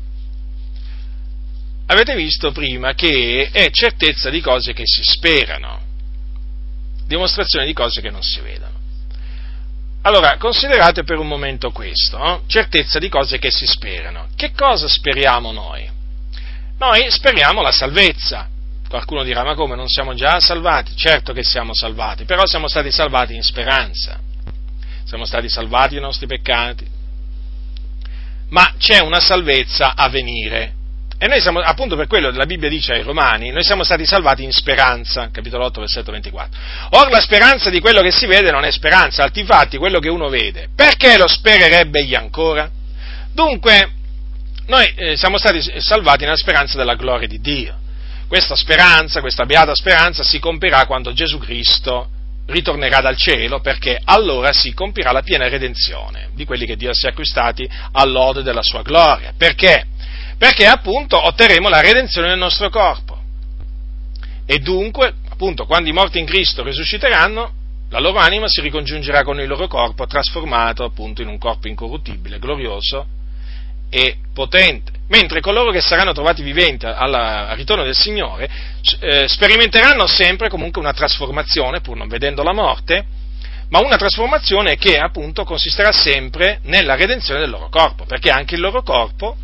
avete visto prima che è certezza di cose che si sperano, dimostrazione di cose che non si vedono. Allora, considerate per un momento questo, no? Certezza di cose che si sperano. Che cosa speriamo noi? Noi speriamo la salvezza. Qualcuno dirà: ma come, non siamo già salvati? Certo che siamo salvati, però siamo stati salvati in speranza. Siamo stati salvati dai nostri peccati. Ma c'è una salvezza a venire. E noi siamo, appunto per quello la Bibbia dice ai Romani, noi siamo stati salvati in speranza, capitolo 8, versetto 24. Or la speranza di quello che si vede non è speranza, altrimenti quello che uno vede, perché lo spererebbe egli ancora? Dunque, noi siamo stati salvati nella speranza della gloria di Dio. Questa speranza, questa beata speranza si compirà quando Gesù Cristo ritornerà dal cielo, perché allora si compirà la piena redenzione di quelli che Dio si è acquistati all'ode della sua gloria. Perché? Perché appunto otterremo la redenzione del nostro corpo. E dunque, appunto, quando i morti in Cristo risusciteranno, la loro anima si ricongiungerà con il loro corpo, trasformato appunto in un corpo incorruttibile, glorioso e potente. Mentre coloro che saranno trovati viventi al ritorno del Signore sperimenteranno sempre comunque una trasformazione, pur non vedendo la morte, ma una trasformazione che appunto consisterà sempre nella redenzione del loro corpo, perché anche il loro corpo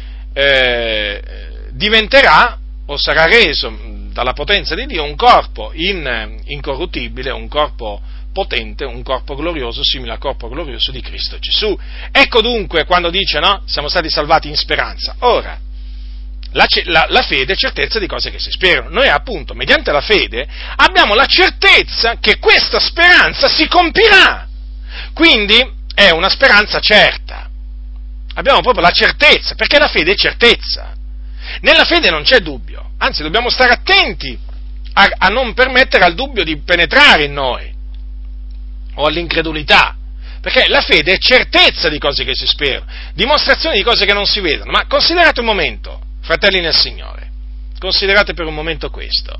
diventerà o sarà reso dalla potenza di Dio un corpo incorruttibile, un corpo potente, un corpo glorioso simile al corpo glorioso di Cristo Gesù. Ecco dunque quando dice, no, siamo stati salvati in speranza. Ora, la fede è certezza di cose che si sperano. Noi appunto, mediante la fede, abbiamo la certezza che questa speranza si compirà. Quindi è una speranza certa. Abbiamo proprio la certezza, perché la fede è certezza. Nella fede non c'è dubbio, anzi dobbiamo stare attenti a non permettere al dubbio di penetrare in noi, o all'incredulità, perché la fede è certezza di cose che si sperano, dimostrazione di cose che non si vedono. Ma considerate un momento, fratelli nel Signore, considerate per un momento questo,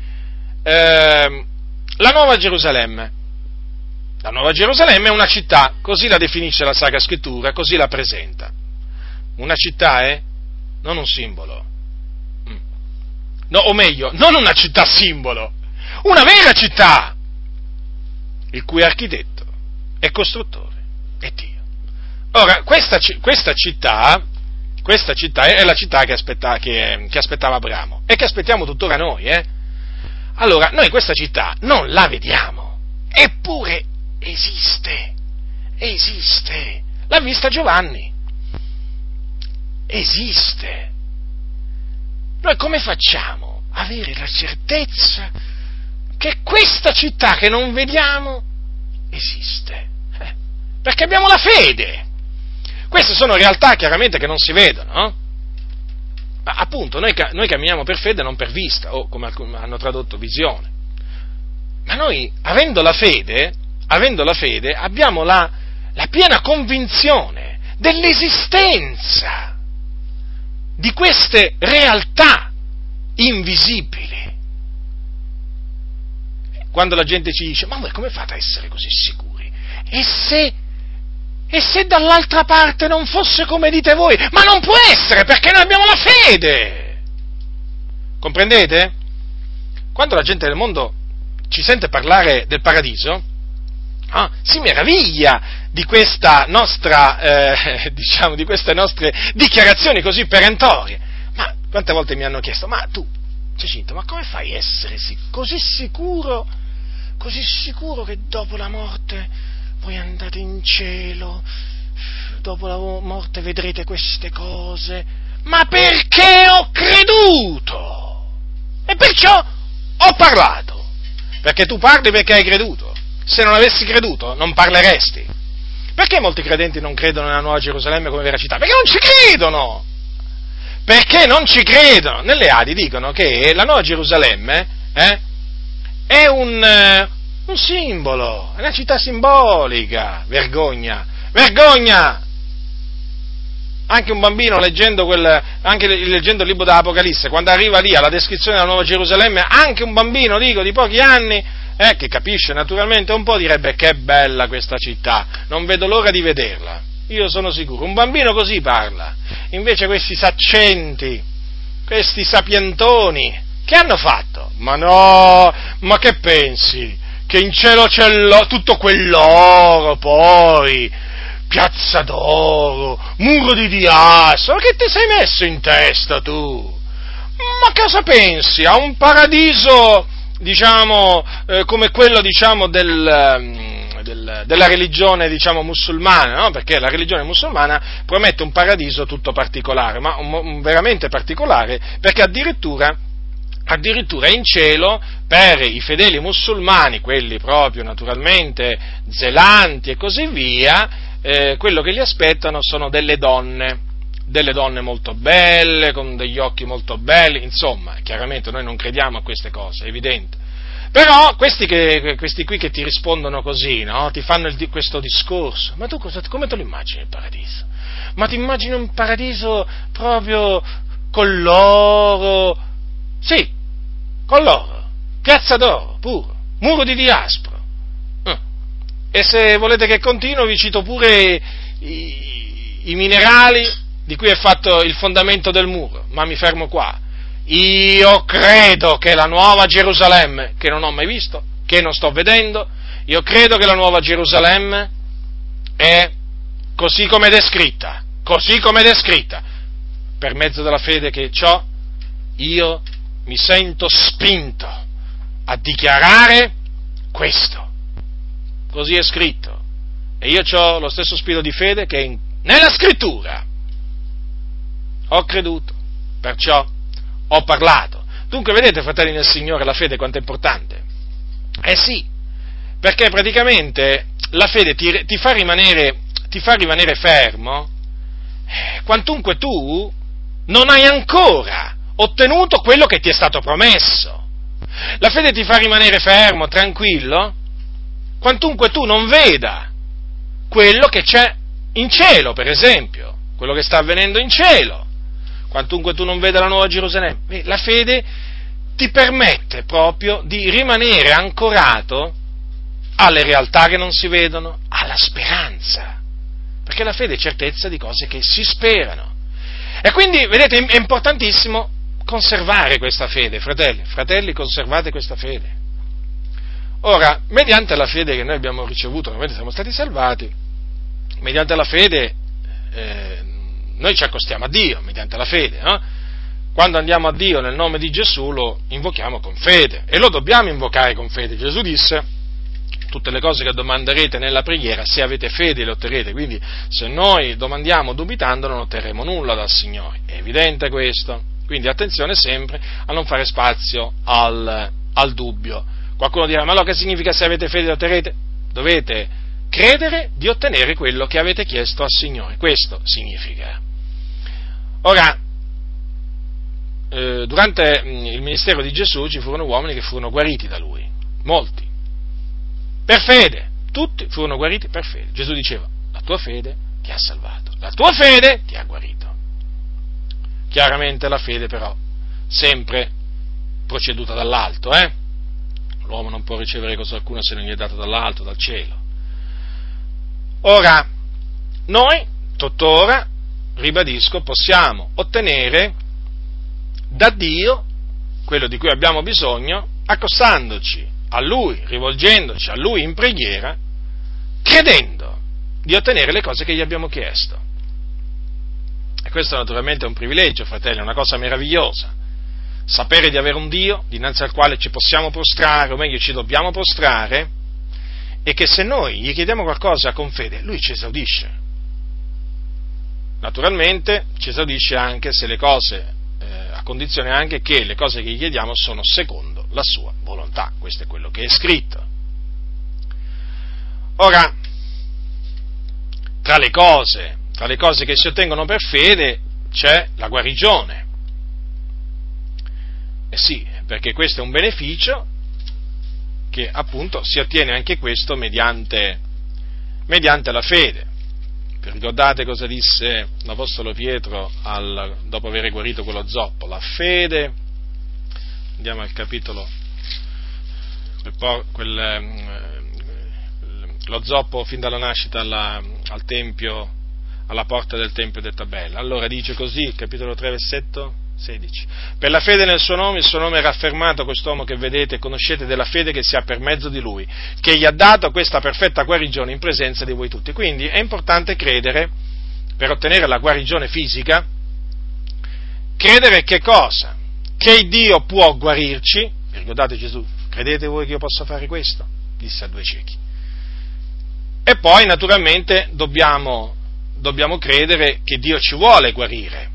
la Nuova Gerusalemme. La Nuova Gerusalemme è una città, così la definisce la Sacra Scrittura, così la presenta. Una città è non un simbolo. No, o meglio, non una città simbolo, una vera città, il cui architetto e costruttore è Dio. Ora, questa città è la città che aspettava Abramo e che aspettiamo tuttora noi. Allora, noi questa città non la vediamo, eppure esiste, l'ha vista Giovanni, esiste. Noi come facciamo a avere la certezza che questa città che non vediamo esiste? Perché abbiamo la fede. Queste sono realtà chiaramente che non si vedono, no? Ma appunto noi camminiamo per fede, non per vista, o come hanno tradotto visione. Ma noi, avendo la fede, abbiamo la piena convinzione dell'esistenza di queste realtà invisibili. Quando la gente ci dice, ma voi come fate a essere così sicuri? E se dall'altra parte non fosse come dite voi? Ma non può essere, perché noi abbiamo la fede! Comprendete? Quando la gente del mondo ci sente parlare del paradiso, si meraviglia di questa nostra, di queste nostre dichiarazioni così perentorie. Ma quante volte mi hanno chiesto, ma tu, Giacinto, ma come fai a essere così sicuro che dopo la morte voi andate in cielo, dopo la morte vedrete queste cose? Ma perché ho creduto! E perciò ho parlato. Perché tu parli perché hai creduto. Se non avessi creduto, non parleresti. Perché molti credenti non credono nella Nuova Gerusalemme come vera città? Perché non ci credono! Perché non ci credono! Nelle Adi dicono che la Nuova Gerusalemme è un simbolo, è una città simbolica. Vergogna! Vergogna! Anche un bambino leggendo il libro dell'Apocalisse, quando arriva lì alla descrizione della Nuova Gerusalemme, anche un bambino, di pochi anni, che capisce naturalmente un po', direbbe che bella questa città, non vedo l'ora di vederla. Io sono sicuro, un bambino così parla. Invece questi saccenti, questi sapientoni, che hanno fatto? Ma no, ma che pensi? Che in cielo c'è tutto quell'oro poi, piazza d'oro, muro di diaspora, che ti sei messo in testa tu? Ma cosa pensi? A un paradiso, come quello, della religione, musulmana, no? Perché la religione musulmana promette un paradiso tutto particolare, ma veramente particolare, perché addirittura in cielo, per i fedeli musulmani, quelli proprio naturalmente zelanti e così via, quello che li aspettano sono delle donne molto belle, con degli occhi molto belli, insomma, chiaramente noi non crediamo a queste cose, è evidente. Però questi qui che ti rispondono così, no? Ti fanno questo discorso, ma tu come te lo immagini il paradiso? Ma ti immagini un paradiso proprio con l'oro? Sì, con l'oro, piazza d'oro, puro, muro di diaspora. E se volete che continui, vi cito pure i minerali di cui è fatto il fondamento del muro, ma mi fermo qua. Io credo che la Nuova Gerusalemme, che non ho mai visto, che non sto vedendo, io credo che la Nuova Gerusalemme è così come è descritta, per mezzo della fede che ho, io mi sento spinto a dichiarare questo, così è scritto. E io ho lo stesso spirito di fede che è nella scrittura. Ho creduto, perciò ho parlato. Dunque, vedete, fratelli nel Signore, la fede quanto è importante? Sì, perché praticamente la fede ti fa rimanere fermo, quantunque tu non hai ancora ottenuto quello che ti è stato promesso. La fede ti fa rimanere fermo, tranquillo, quantunque tu non veda quello che c'è in cielo, per esempio, quello che sta avvenendo in cielo, quantunque tu non veda la nuova Gerusalemme. La fede ti permette proprio di rimanere ancorato alle realtà che non si vedono, alla speranza, perché la fede è certezza di cose che si sperano. E quindi, vedete, è importantissimo conservare questa fede, fratelli, conservate questa fede. Ora, mediante la fede che noi abbiamo ricevuto, ovviamente siamo stati salvati, mediante la fede noi ci accostiamo a Dio, mediante la fede, no? Quando andiamo a Dio nel nome di Gesù lo invochiamo con fede, e lo dobbiamo invocare con fede. Gesù disse: tutte le cose che domanderete nella preghiera, se avete fede le otterrete. Quindi se noi domandiamo dubitando non otterremo nulla dal Signore, è evidente questo. Quindi attenzione sempre a non fare spazio al dubbio. Qualcuno dirà: ma allora che significa se avete fede le otterrete? Dovete credere di ottenere quello che avete chiesto al Signore, questo significa. Ora, durante il ministero di Gesù ci furono uomini che furono guariti da Lui, molti, per fede, tutti furono guariti per fede. Gesù diceva: la tua fede ti ha salvato, la tua fede ti ha guarito. Chiaramente la fede però sempre proceduta dall'alto, L'uomo non può ricevere cosa alcuna se non gli è data dall'alto, dal cielo. Ora, noi, tuttora, ribadisco, possiamo ottenere da Dio quello di cui abbiamo bisogno, accostandoci a Lui, rivolgendoci a Lui in preghiera, credendo di ottenere le cose che gli abbiamo chiesto. E questo naturalmente è un privilegio, fratelli, è una cosa meravigliosa. Sapere di avere un Dio dinanzi al quale ci possiamo prostrare, o meglio ci dobbiamo prostrare, e che se noi gli chiediamo qualcosa con fede, Lui ci esaudisce. Naturalmente ci esaudisce anche se le cose, a condizione anche che le cose che gli chiediamo sono secondo la sua volontà. Questo è quello che è scritto. Ora, tra le cose che si ottengono per fede c'è la guarigione. Sì, perché questo è un beneficio che appunto si ottiene anche questo mediante la fede. Vi ricordate cosa disse l'Apostolo Pietro dopo aver guarito quello zoppo? La fede, andiamo al capitolo, lo zoppo fin dalla nascita al tempio, alla porta del tempio detta Bella. Allora dice così, il capitolo 3, versetto 16. Per la fede nel suo nome, il suo nome è raffermato quest'uomo che vedete e conoscete della fede che si ha per mezzo di lui, che gli ha dato questa perfetta guarigione in presenza di voi tutti. Quindi è importante credere, per ottenere la guarigione fisica, credere che cosa? Che Dio può guarirci. Vi ricordate Gesù? Credete voi che io possa fare questo? Disse a due ciechi. E poi naturalmente dobbiamo credere che Dio ci vuole guarire.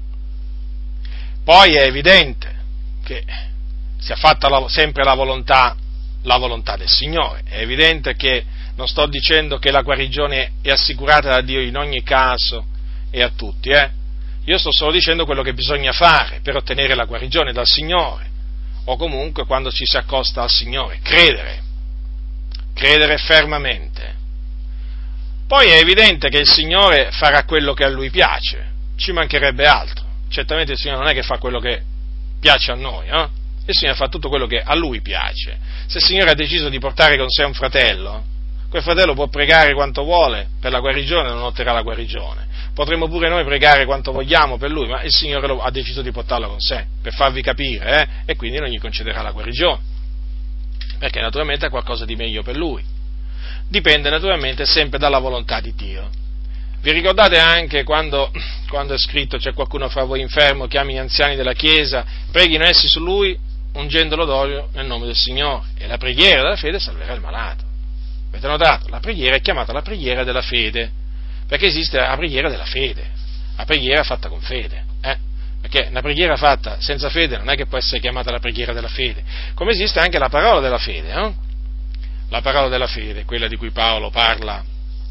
Poi è evidente che sia fatta sempre la volontà del Signore. È evidente che non sto dicendo che la guarigione è assicurata da Dio in ogni caso e a tutti, Io sto solo dicendo quello che bisogna fare per ottenere la guarigione dal Signore, o comunque quando ci si accosta al Signore, credere fermamente. Poi è evidente che il Signore farà quello che a Lui piace, ci mancherebbe altro. Certamente il Signore non è che fa quello che piace a noi, Il Signore fa tutto quello che a Lui piace. Se il Signore ha deciso di portare con sé un fratello, quel fratello può pregare quanto vuole per la guarigione e non otterrà la guarigione. Potremmo pure noi pregare quanto vogliamo per lui, ma il Signore ha deciso di portarlo con sé, per farvi capire, e quindi non gli concederà la guarigione, perché naturalmente è qualcosa di meglio per lui. Dipende naturalmente sempre dalla volontà di Dio. Vi ricordate anche quando è scritto: c'è qualcuno fra voi infermo, chiami gli anziani della Chiesa, preghino essi su lui, ungendolo d'olio nel nome del Signore, e la preghiera della fede salverà il malato. Avete notato? La preghiera è chiamata la preghiera della fede, perché esiste la preghiera della fede, la preghiera fatta con fede, perché una preghiera fatta senza fede non è che può essere chiamata la preghiera della fede, come esiste anche la parola della fede, la parola della fede, quella di cui Paolo parla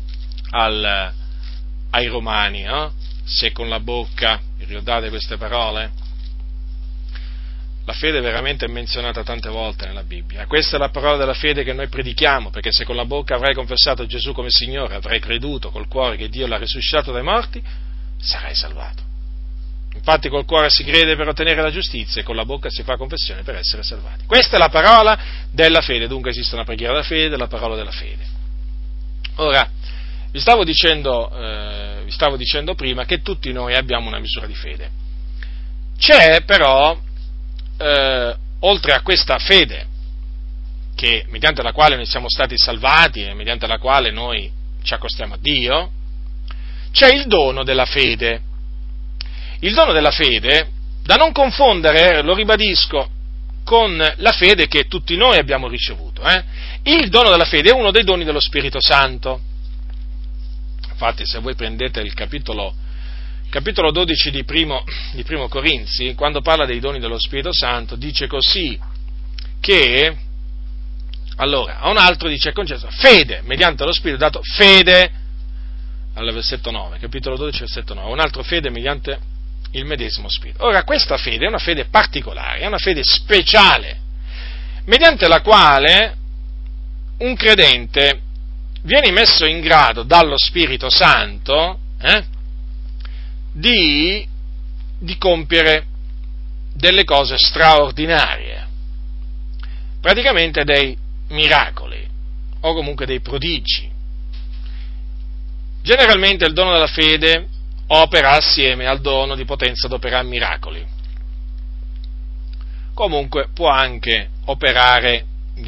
ai Romani, se con la bocca, ricordate queste parole? La fede veramente è menzionata tante volte nella Bibbia. Questa è la parola della fede che noi predichiamo, perché se con la bocca avrai confessato Gesù come Signore, avrai creduto col cuore che Dio l'ha risuscitato dai morti, sarai salvato. Infatti col cuore si crede per ottenere la giustizia e con la bocca si fa confessione per essere salvati. Questa è la parola della fede, dunque esiste una preghiera della fede, la parola della fede. Ora, vi stavo dicendo prima che tutti noi abbiamo una misura di fede. C'è però, oltre a questa fede, mediante la quale noi siamo stati salvati e mediante la quale noi ci accostiamo a Dio, c'è il dono della fede. Il dono della fede, da non confondere, lo ribadisco, con la fede che tutti noi abbiamo ricevuto. Il dono della fede è uno dei doni dello Spirito Santo. Infatti, se voi prendete il capitolo 12 di primo Corinzi, quando parla dei doni dello Spirito Santo, dice così, che, allora, a un altro dice è concesso fede, mediante lo Spirito dato fede, al versetto 9, capitolo 12, versetto 9, a un altro fede mediante il medesimo Spirito. Ora, questa fede è una fede particolare, è una fede speciale, mediante la quale un credente viene messo in grado dallo Spirito Santo di compiere delle cose straordinarie, praticamente dei miracoli o comunque dei prodigi. Generalmente il dono della fede opera assieme al dono di potenza ad operare miracoli. Comunque può anche operare,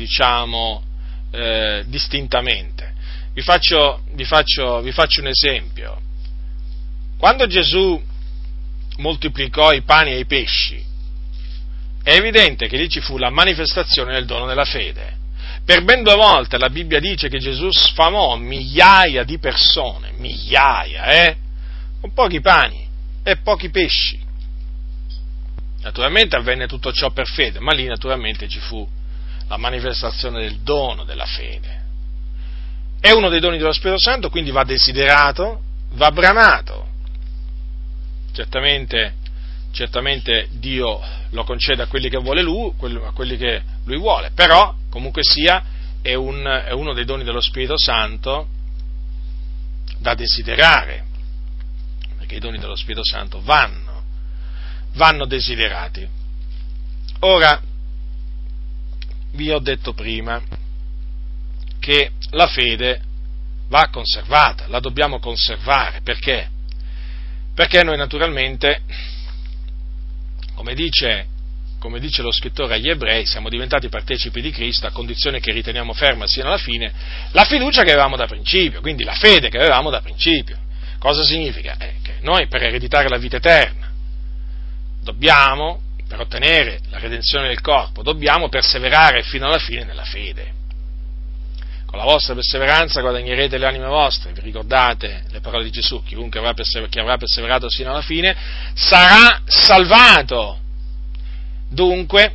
distintamente. Vi faccio un esempio. Quando Gesù moltiplicò i pani e i pesci, è evidente che lì ci fu la manifestazione del dono della fede. Per ben 2 volte la Bibbia dice che Gesù sfamò migliaia di persone, con pochi pani e pochi pesci. Naturalmente avvenne tutto ciò per fede, ma lì naturalmente ci fu la manifestazione del dono della fede. È uno dei doni dello Spirito Santo, quindi va desiderato, va bramato. Certamente Dio lo concede a quelli che vuole Lui, a quelli che Lui vuole, però comunque sia è uno dei doni dello Spirito Santo da desiderare, perché i doni dello Spirito Santo vanno desiderati. Ora, vi ho detto prima che la fede va conservata, la dobbiamo conservare, perché? Perché noi naturalmente, come dice lo scrittore agli Ebrei, siamo diventati partecipi di Cristo a condizione che riteniamo ferma sino alla fine la fiducia che avevamo da principio, quindi la fede che avevamo da principio. Cosa significa? Che noi per ereditare la vita eterna dobbiamo, per ottenere la redenzione del corpo, dobbiamo perseverare fino alla fine nella fede. Con la vostra perseveranza guadagnerete le anime vostre, vi ricordate le parole di Gesù, chiunque avrà perseverato sino alla fine sarà salvato. Dunque,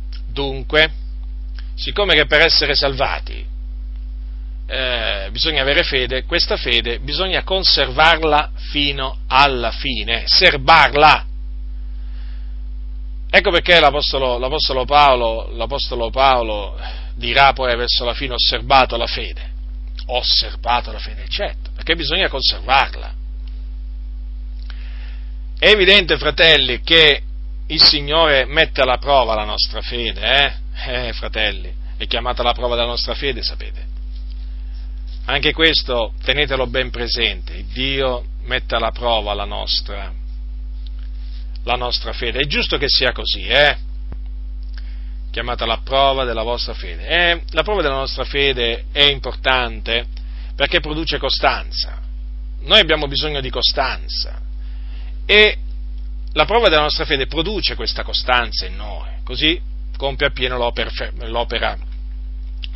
siccome che per essere salvati bisogna avere fede, questa fede bisogna conservarla fino alla fine, serbarla. Ecco perché l'Apostolo Paolo dirà poi verso la fine: ho osservato la fede, certo, perché bisogna conservarla. È evidente, fratelli, che il Signore mette alla prova la nostra fede, fratelli, è chiamata la prova della nostra fede, sapete. Anche questo tenetelo ben presente, Dio mette alla prova la nostra fede, è giusto che sia così, chiamata la prova della vostra fede. La prova della nostra fede è importante perché produce costanza. Noi abbiamo bisogno di costanza e la prova della nostra fede produce questa costanza in noi, così compie appieno l'opera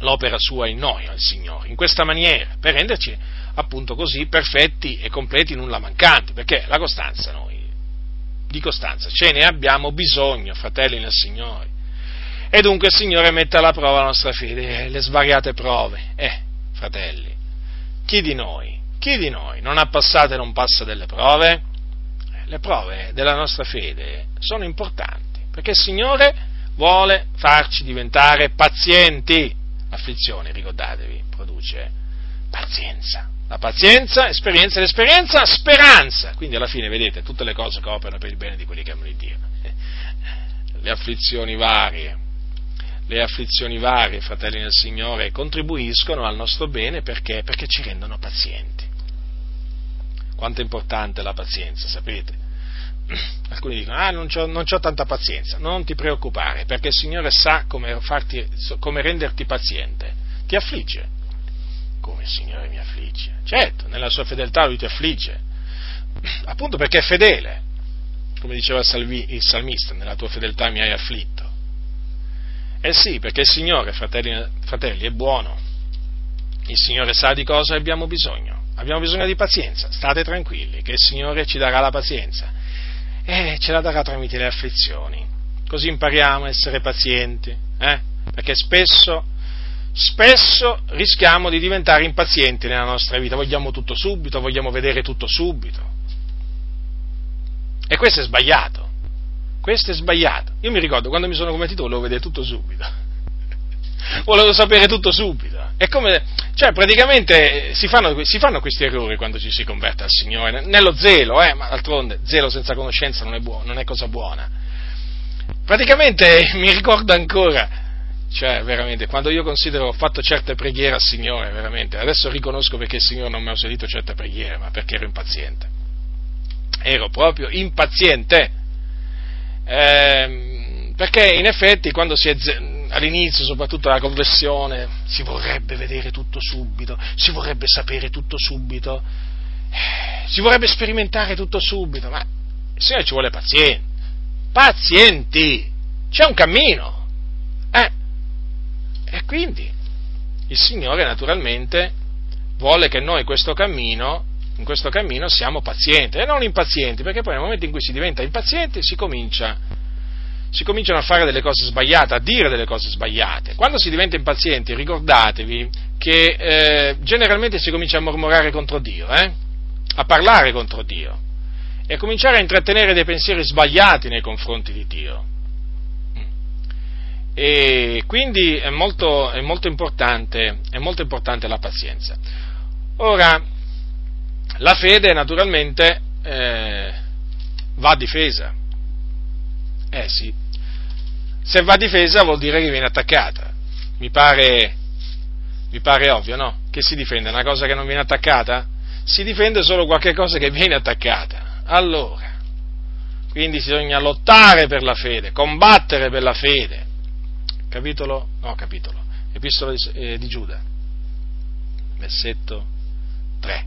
l'opera sua in noi, al Signore, in questa maniera, per renderci appunto così perfetti e completi, nulla mancanti, perché la costanza noi, di costanza ce ne abbiamo bisogno, fratelli nel Signore, e dunque il Signore mette alla prova la nostra fede, le svariate prove, fratelli, chi di noi non ha passato e non passa delle prove? Le prove della nostra fede sono importanti, perché il Signore vuole farci diventare pazienti. L'afflizione, ricordatevi, produce pazienza. La pazienza, esperienza, l'esperienza, speranza. Quindi alla fine, vedete, tutte le cose cooperano per il bene di quelli che amano Dio. Le afflizioni varie, fratelli nel Signore, contribuiscono al nostro bene perché ci rendono pazienti. Quanto è importante la pazienza, sapete? Alcuni dicono, non c'ho tanta pazienza. Non ti preoccupare, perché il Signore sa come renderti paziente. Ti affligge. Come il Signore mi affligge? Certo, nella sua fedeltà Lui ti affligge. Appunto perché è fedele. Come diceva il salmista, nella tua fedeltà mi hai afflitto. Sì, perché il Signore, fratelli, è buono. Il Signore sa di cosa abbiamo bisogno. Abbiamo bisogno di pazienza. State tranquilli, che il Signore ci darà la pazienza. Ce la darà tramite le afflizioni. Così impariamo a essere pazienti. Perché spesso rischiamo di diventare impazienti nella nostra vita. Vogliamo tutto subito, vogliamo vedere tutto subito. E questo è sbagliato. Io mi ricordo, quando mi sono convertito volevo vedere tutto subito. Volevo sapere tutto subito. È come, praticamente si fanno questi errori quando ci si converte al Signore, nello zelo, ma d'altronde zelo senza conoscenza non è buono, non è cosa buona. Praticamente mi ricordo ancora, veramente, quando io ho fatto certe preghiere al Signore, veramente, adesso riconosco perché il Signore non mi ha usato certe preghiere, ma perché ero impaziente. Ero proprio impaziente. Perché in effetti quando all'inizio, soprattutto della conversione, si vorrebbe vedere tutto subito, si vorrebbe sapere tutto subito, si vorrebbe sperimentare tutto subito, ma il Signore ci vuole pazienti, c'è un cammino, e quindi il Signore naturalmente vuole che noi in questo cammino siamo pazienti e non impazienti, perché poi nel momento in cui si diventa impazienti si cominciano a fare delle cose sbagliate, a dire delle cose sbagliate. Quando si diventa impazienti, ricordatevi che generalmente si comincia a mormorare contro Dio, a parlare contro Dio e a cominciare a intrattenere dei pensieri sbagliati nei confronti di Dio. E quindi è molto importante la pazienza. Ora, la fede naturalmente va difesa. Sì. Se va difesa vuol dire che viene attaccata. Mi pare ovvio, no? Che si difende una cosa che non viene attaccata? Si difende solo qualche cosa che viene attaccata. Allora, quindi bisogna lottare per la fede, combattere per la fede. Epistola di Giuda, versetto 3.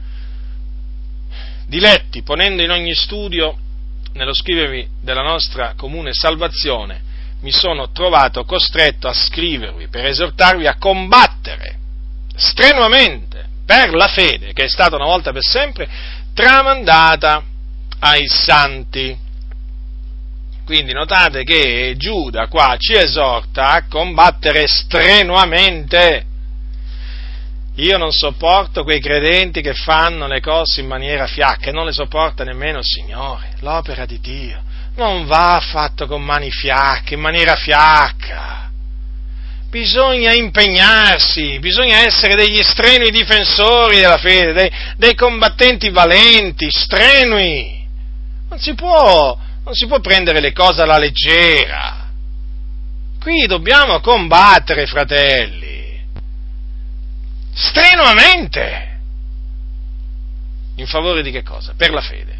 Diletti, ponendo in ogni studio, nello scrivervi della nostra comune salvazione, mi sono trovato costretto a scrivervi per esortarvi a combattere strenuamente per la fede che è stata una volta per sempre tramandata ai santi. Quindi notate che Giuda qua ci esorta a combattere strenuamente. Io non sopporto quei credenti che fanno le cose in maniera fiacca, e non le sopporta nemmeno il Signore. L'opera di Dio non va fatto con mani fiacche, in maniera fiacca. Bisogna impegnarsi, bisogna essere degli strenui difensori della fede, dei combattenti valenti, strenui. Non si può prendere le cose alla leggera. Qui dobbiamo combattere, fratelli, strenuamente. In favore di che cosa? Per la fede.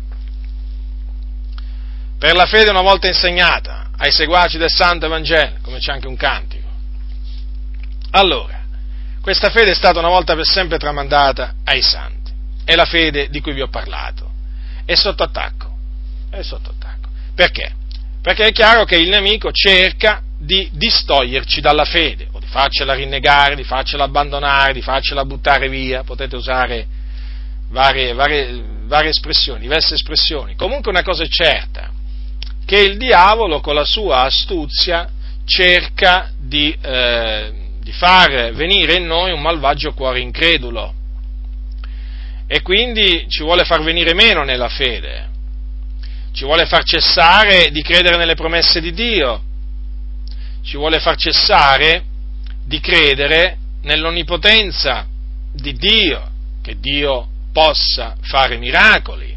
Per la fede una volta insegnata ai seguaci del Santo Evangelo, come c'è anche un cantico. Allora, questa fede è stata una volta per sempre tramandata ai santi. È la fede di cui vi ho parlato. È sotto attacco. Perché? Perché è chiaro che il nemico cerca di distoglierci dalla fede, o di farcela rinnegare, di farcela abbandonare, di farcela buttare via, potete usare varie espressioni, diverse espressioni. Comunque una cosa è certa, che il diavolo con la sua astuzia cerca di far venire in noi un malvagio cuore incredulo e quindi ci vuole far venire meno nella fede, ci vuole far cessare di credere nelle promesse di Dio, ci vuole far cessare di credere nell'onnipotenza di Dio, che Dio possa fare miracoli,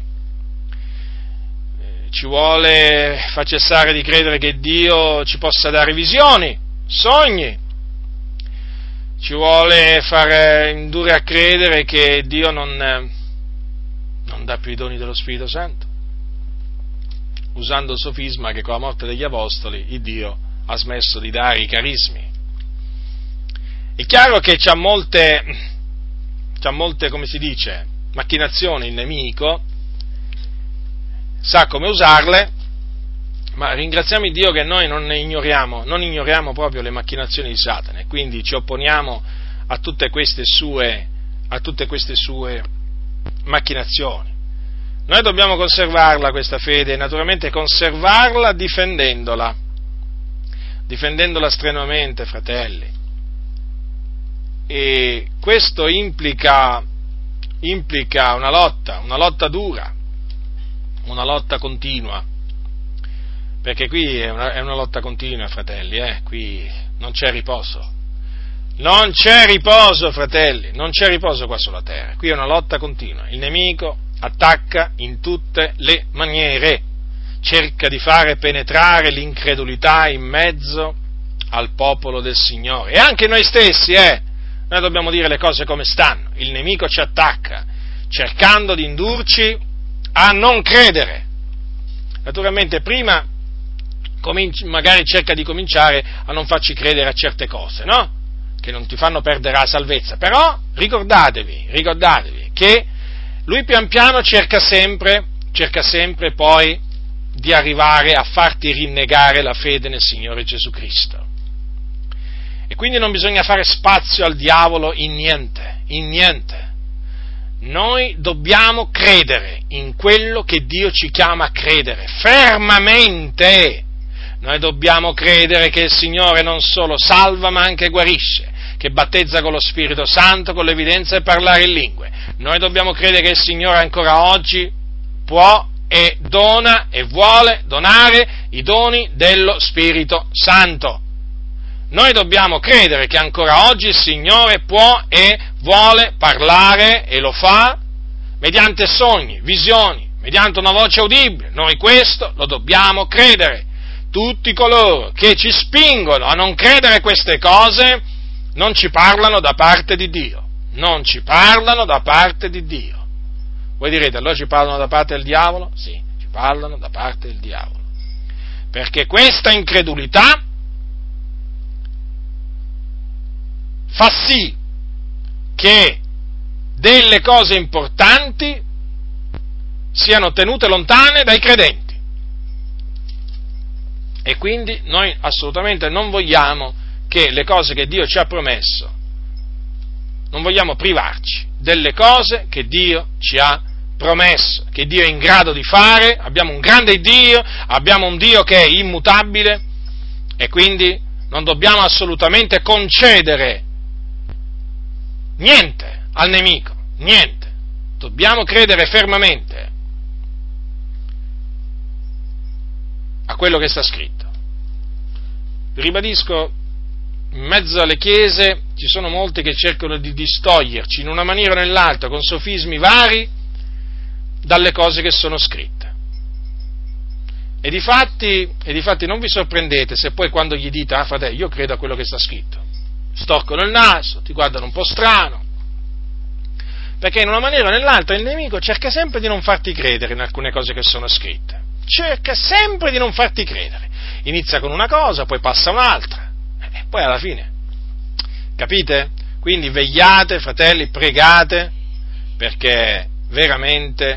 ci vuole far cessare di credere che Dio ci possa dare visioni, sogni, ci vuole far indurre a credere che Dio non dà più i doni dello Spirito Santo, usando il sofisma che con la morte degli Apostoli il Dio ha smesso di dare i carismi. È chiaro che c'ha molte, come si dice, macchinazioni il nemico, sa come usarle, ma ringraziamo il Dio che noi non ignoriamo proprio le macchinazioni di Satana e quindi ci opponiamo a tutte queste sue macchinazioni. Noi dobbiamo conservarla questa fede, naturalmente conservarla difendendola strenuamente, fratelli. E questo implica una lotta dura, una lotta continua, perché qui è una lotta continua, fratelli, qui non c'è riposo, fratelli, non c'è riposo qua sulla terra, qui è una lotta continua, il nemico attacca in tutte le maniere, cerca di fare penetrare l'incredulità in mezzo al popolo del Signore, e anche noi stessi, noi dobbiamo dire le cose come stanno, il nemico ci attacca, cercando di indurci a non credere, naturalmente prima magari cerca di cominciare a non farci credere a certe cose, no? Che non ti fanno perdere la salvezza, però ricordatevi che lui pian piano cerca sempre poi di arrivare a farti rinnegare la fede nel Signore Gesù Cristo. E quindi non bisogna fare spazio al diavolo in niente. Noi dobbiamo credere in quello che Dio ci chiama a credere, fermamente. Noi dobbiamo credere che il Signore non solo salva ma anche guarisce, che battezza con lo Spirito Santo, con l'evidenza di parlare in lingue. Noi dobbiamo credere che il Signore ancora oggi può e dona e vuole donare i doni dello Spirito Santo. Noi dobbiamo credere che ancora oggi il Signore può e vuole parlare, e lo fa, mediante sogni, visioni, mediante una voce udibile. Noi questo lo dobbiamo credere. Tutti coloro che ci spingono a non credere queste cose non ci parlano da parte di Dio. Non ci parlano da parte di Dio. Voi direte, allora ci parlano da parte del diavolo? Sì, ci parlano da parte del diavolo. Perché questa incredulità fa sì che delle cose importanti siano tenute lontane dai credenti. E quindi noi assolutamente non vogliamo che le cose che Dio ci ha promesso, non vogliamo privarci delle cose che Dio ci ha promesso, che Dio è in grado di fare. Abbiamo un grande Dio, abbiamo un Dio che è immutabile e quindi non dobbiamo assolutamente concedere niente al nemico, niente. Dobbiamo credere fermamente a quello che sta scritto. Vi ribadisco, in mezzo alle chiese ci sono molti che cercano di distoglierci in una maniera o nell'altra, con sofismi vari, dalle cose che sono scritte. E difatti non vi sorprendete se poi quando gli dite, fratello, io credo a quello che sta scritto, storcono il naso, ti guardano un po' strano, perché in una maniera o nell'altra il nemico cerca sempre di non farti credere in alcune cose che sono scritte. Cerca sempre di non farti credere. Inizia con una cosa, poi passa un'altra, e poi alla fine. Capite? Quindi vegliate, fratelli, pregate, perché veramente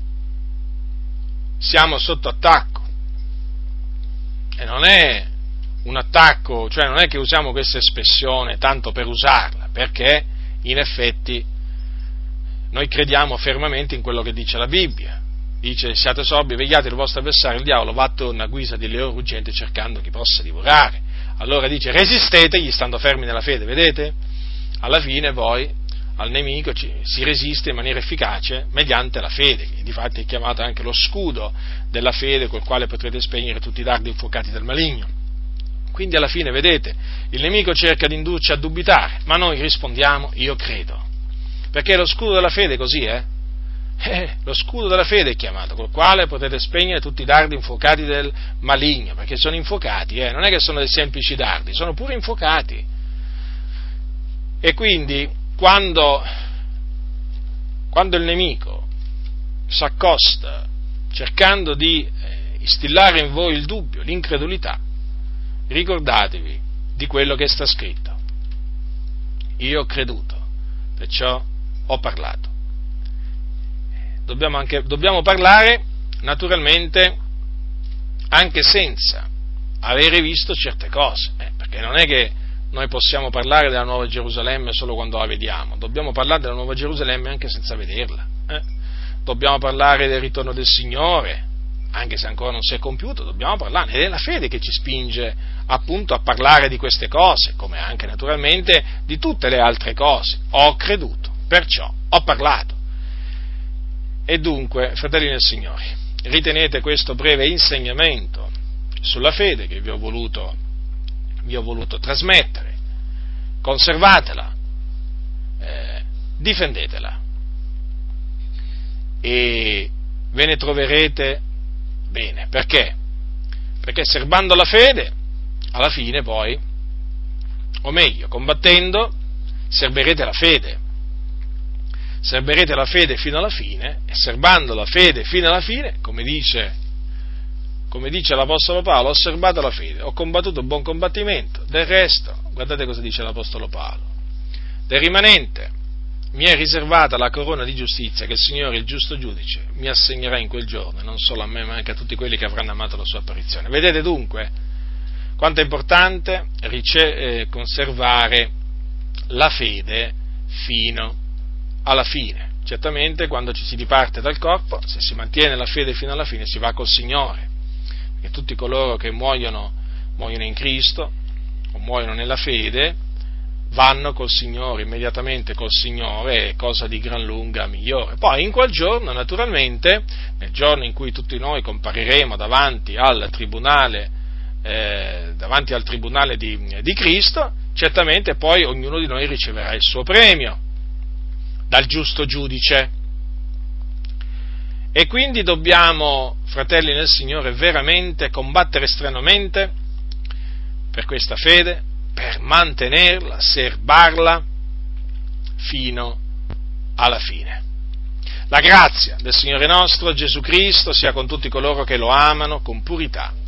siamo sotto attacco. E non è un attacco, cioè non è che usiamo questa espressione tanto per usarla, perché in effetti noi crediamo fermamente in quello che dice la Bibbia. Dice: siate sobri, vegliate, il vostro avversario, il diavolo, va attorno a guisa di leone ruggente cercando chi possa divorare. Allora dice: resistetegli stando fermi nella fede, vedete? Alla fine poi al nemico si resiste in maniera efficace mediante la fede, che difatti è chiamato anche lo scudo della fede, col quale potrete spegnere tutti i dardi infuocati del maligno. Quindi alla fine, vedete, il nemico cerca di indurci a dubitare, ma noi rispondiamo: io credo. Perché lo scudo della fede così è? Lo scudo della fede è chiamato, col quale potete spegnere tutti i dardi infuocati del maligno, perché sono infuocati, non è che sono dei semplici dardi, sono pure infuocati. E quindi, quando il nemico si accosta cercando di instillare in voi il dubbio, l'incredulità, ricordatevi di quello che sta scritto: io ho creduto, perciò ho parlato. Dobbiamo parlare naturalmente anche senza avere visto certe cose, perché non è che noi possiamo parlare della Nuova Gerusalemme solo quando la vediamo, dobbiamo parlare della Nuova Gerusalemme anche senza vederla. Dobbiamo parlare del ritorno del Signore, anche se ancora non si è compiuto, dobbiamo parlarne, ed è la fede che ci spinge appunto a parlare di queste cose, come anche naturalmente di tutte le altre cose. Ho creduto, perciò ho parlato. E dunque, fratelli nel Signore, ritenete questo breve insegnamento sulla fede che vi ho voluto trasmettere, conservatela, difendetela, e ve ne troverete bene. Perché? Perché serbando la fede, alla fine poi, o meglio, combattendo, serberete la fede fino alla fine, e serbando la fede fino alla fine, come dice l'Apostolo Paolo: ho serbato la fede, ho combattuto il buon combattimento. Del resto, guardate cosa dice l'Apostolo Paolo: del rimanente mi è riservata la corona di giustizia che il Signore, il giusto giudice, mi assegnerà in quel giorno, non solo a me ma anche a tutti quelli che avranno amato la sua apparizione. Vedete dunque quanto è importante conservare la fede fino alla fine. Certamente quando ci si diparte dal corpo, se si mantiene la fede fino alla fine, si va col Signore, perché tutti coloro che muoiono in Cristo o muoiono nella fede vanno col Signore, immediatamente col Signore, è cosa di gran lunga migliore. Poi in quel giorno, naturalmente, nel giorno in cui tutti noi compariremo davanti al tribunale di Cristo, certamente poi ognuno di noi riceverà il suo premio dal giusto giudice. E quindi dobbiamo, fratelli nel Signore, veramente combattere strenuamente per questa fede, per mantenerla, serbarla fino alla fine. La grazia del Signore nostro Gesù Cristo sia con tutti coloro che lo amano con purità